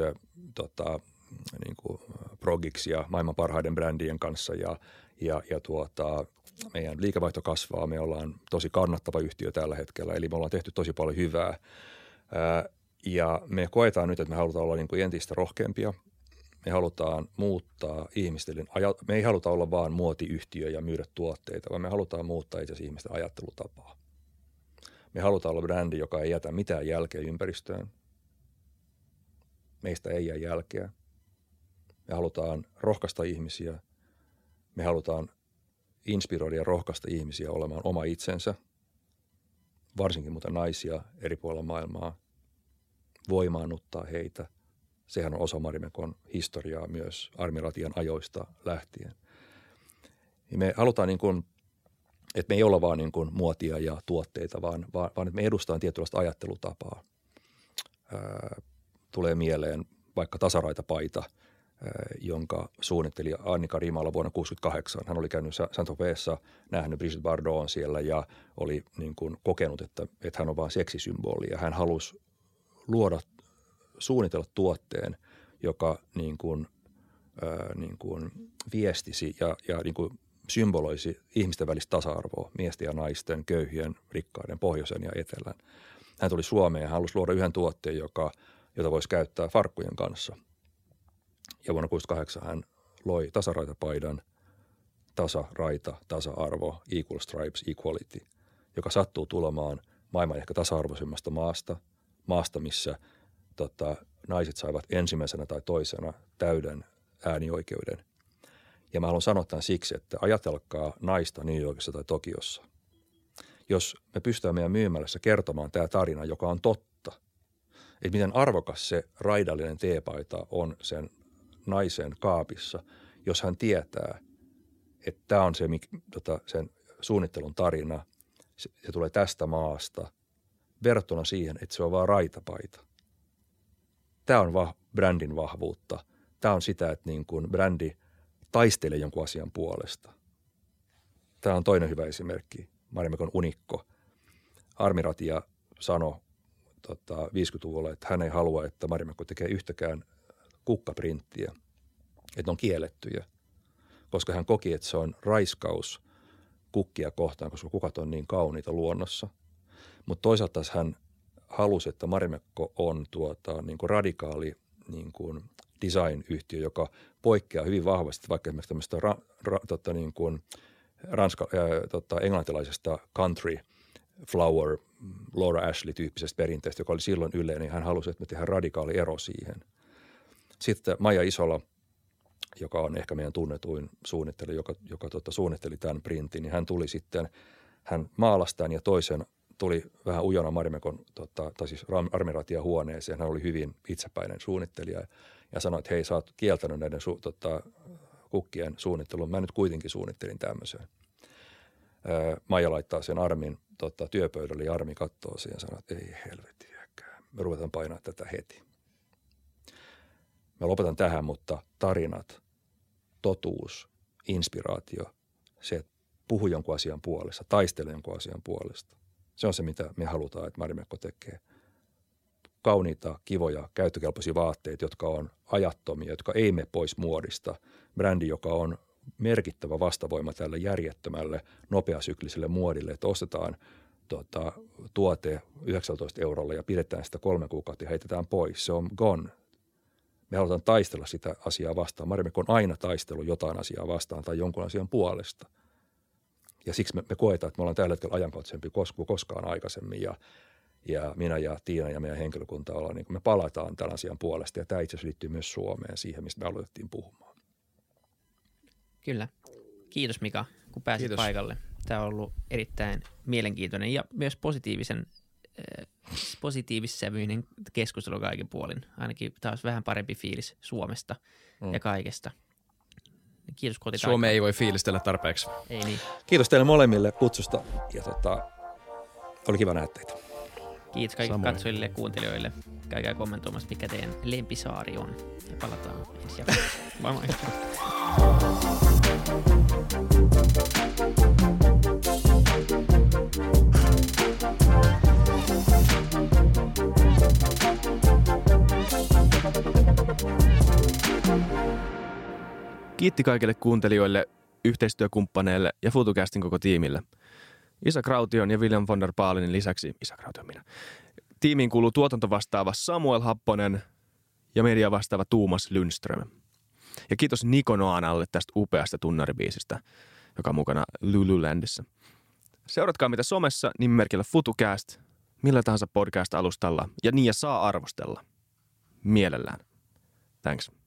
niin kuin progiksia maailman parhaiden brändien kanssa ja meidän liikevaihto kasvaa. Me ollaan tosi kannattava yhtiö tällä hetkellä, eli me ollaan tehty tosi paljon hyvää. Ja me koetaan nyt, että me halutaan olla niin kuin entistä rohkeampia. Me halutaan muuttaa ihmisten, me ei haluta olla vaan muotiyhtiö ja myydä tuotteita, vaan me halutaan muuttaa itse asiassa ihmisten ajattelutapaa. Me halutaan olla brändi, joka ei jätä mitään jälkeä ympäristöön. Meistä ei jää jälkeä. Me halutaan rohkaista ihmisiä. Me halutaan inspiroida ja rohkaista ihmisiä olemaan oma itsensä, varsinkin muuten naisia eri puolilla maailmaa, voimaannuttaa heitä. Sehän on osa Marimekon historiaa myös Armiratian ajoista lähtien. Ja me halutaan, niin kuin, että me ei olla vaan niin kuin muotia ja tuotteita, vaan että me edustetaan tietynlaista ajattelutapaa. Tulee mieleen vaikka tasaraitapaita, jonka suunnitteli Annika Rimala vuonna 1968. Hän oli käynyt Saint-Tropezissa, nähnyt Brigitte Bardot siellä ja oli niin kuin kokenut, että hän on vain seksisymboli. Ja hän halusi suunnitella tuotteen, joka niin kuin viestisi ja niin kuin symboloisi ihmisten välistä tasa-arvoa, miesten ja naisten, köyhien, rikkaiden, pohjoisen ja etelän. Hän tuli Suomeen ja hän halusi luoda yhden tuotteen, jota voisi käyttää farkkujen kanssa. Ja vuonna 1968 hän loi tasaraitapaidan, tasaraita, tasa-arvo, equal stripes, equality, joka sattuu tulemaan maailman ehkä tasa-arvoisemmasta maasta, missä naiset saivat ensimmäisenä tai toisena täyden äänioikeuden. Ja mä haluan sanoa tämän siksi, että ajatelkaa naista New Yorkissa tai Tokiossa. Jos me pystymme meidän myymälässä kertomaan tämä tarina, joka on totta, että miten arvokas se raidallinen teepaita on sen naisen kaapissa, jos hän tietää, että tämä on se sen suunnittelun tarina, se tulee tästä maasta, verrattuna siihen, että se on vaan raitapaita. Tämä on brändin vahvuutta. Tämä on sitä, että niin kuin brändi taistelee jonkun asian puolesta. Tämä on toinen hyvä esimerkki. Marimekon unikko. Armiratia sanoi 50-luvulla, että hän ei halua, että Marimekko tekee yhtäkään kukkaprinttiä, että ne on kiellettyjä, koska hän koki, että se on raiskaus kukkia kohtaan, koska kukat on niin kauniita luonnossa. Mutta toisaalta niin halusi, että Marimekko on niin kuin radikaali niin kuin design-yhtiö, joka poikkeaa hyvin vahvasti vaikka esimerkiksi tämmöistä niin kuin englantilaisesta country flower, Laura Ashley-tyyppisestä perinteestä, joka oli silloin yleinen. Hän halusi, että me tehdään radikaali ero siihen. Sitten Maija Isola, joka on ehkä meidän tunnetuin suunnittelija, joka suunnitteli tämän printin, niin hän tuli sitten, hän maalasi tämän ja toisen tuli vähän ujona Marimekon, tai siis Armiratia huoneeseen. Hän oli hyvin itsepäinen suunnittelija ja sanoi, että hei, sä oot kieltänyt näiden kukkien suunnittelun. Mä nyt kuitenkin suunnittelin tämmöisen. Maija laittaa sen Armin työpöydälle ja Armi katsoo siihen ja sanoo, että ei helvetiäkään. Me ruvetaan painaa tätä heti. Mä lopetan tähän, mutta tarinat, totuus, inspiraatio, se puhu jonkun asian puolesta, taistele jonkun asian puolesta. Se on se, mitä me halutaan, että Marimekko tekee. Kauniita, kivoja, käyttökelpoisia vaatteita, jotka on ajattomia, jotka ei mene pois muodista. Brändi, joka on merkittävä vastavoima tälle järjettömälle, nopeasykliselle muodille, että ostetaan tuote 19 eurolla ja pidetään sitä 3 kuukautta ja heitetään pois. Se on gone. Me halutaan taistella sitä asiaa vastaan. Marimekko on aina taistellut jotain asiaa vastaan tai jonkun asian puolesta. Ja siksi me koetaan, että me ollaan tällä hetkellä ajankohtaisempi kuin koskaan aikaisemmin. Ja minä ja Tiina ja meidän henkilökunta ollaan, niin me palataan tämän asian puolesta. Ja tämä itse asiassa liittyy myös Suomeen, siihen, mistä me aloitettiin puhumaan. Kyllä. Kiitos Mika, kun pääsit paikalle. Tämä on ollut erittäin mielenkiintoinen ja myös positiivissävyinen keskustelu kaikin puolin. Ainakin taas vähän parempi fiilis Suomesta ja kaikesta. Kiitos, kun otit Suomea aikaa. ei voi fiilistellä tarpeeksi. Ei niin. Kiitos teille molemmille kutsusta ja oli kiva nähdä teitä. Kiitos kaikille katsojille ja kuuntelijoille. Käykää kommentoimassa, mikä teidän lempisaari on. Ja palataan ensi jaksossa. Moi moi. Kiitti kaikille kuuntelijoille, yhteistyökumppaneille ja FutuCastin koko tiimille. Isa Kraution ja William von der Baalinin lisäksi, Isa Kraution minä, tiimiin kuuluu tuotantovastaava Samuel Happonen ja media vastaava Tuomas Lundström. Ja kiitos Niko Noanalle tästä upeasta tunnaribiisistä, joka on mukana Lululandissa. Seuratkaa mitä somessa nimimerkillä FutuCast, millä tahansa podcast-alustalla ja niin ja saa arvostella. Mielellään. Thanks.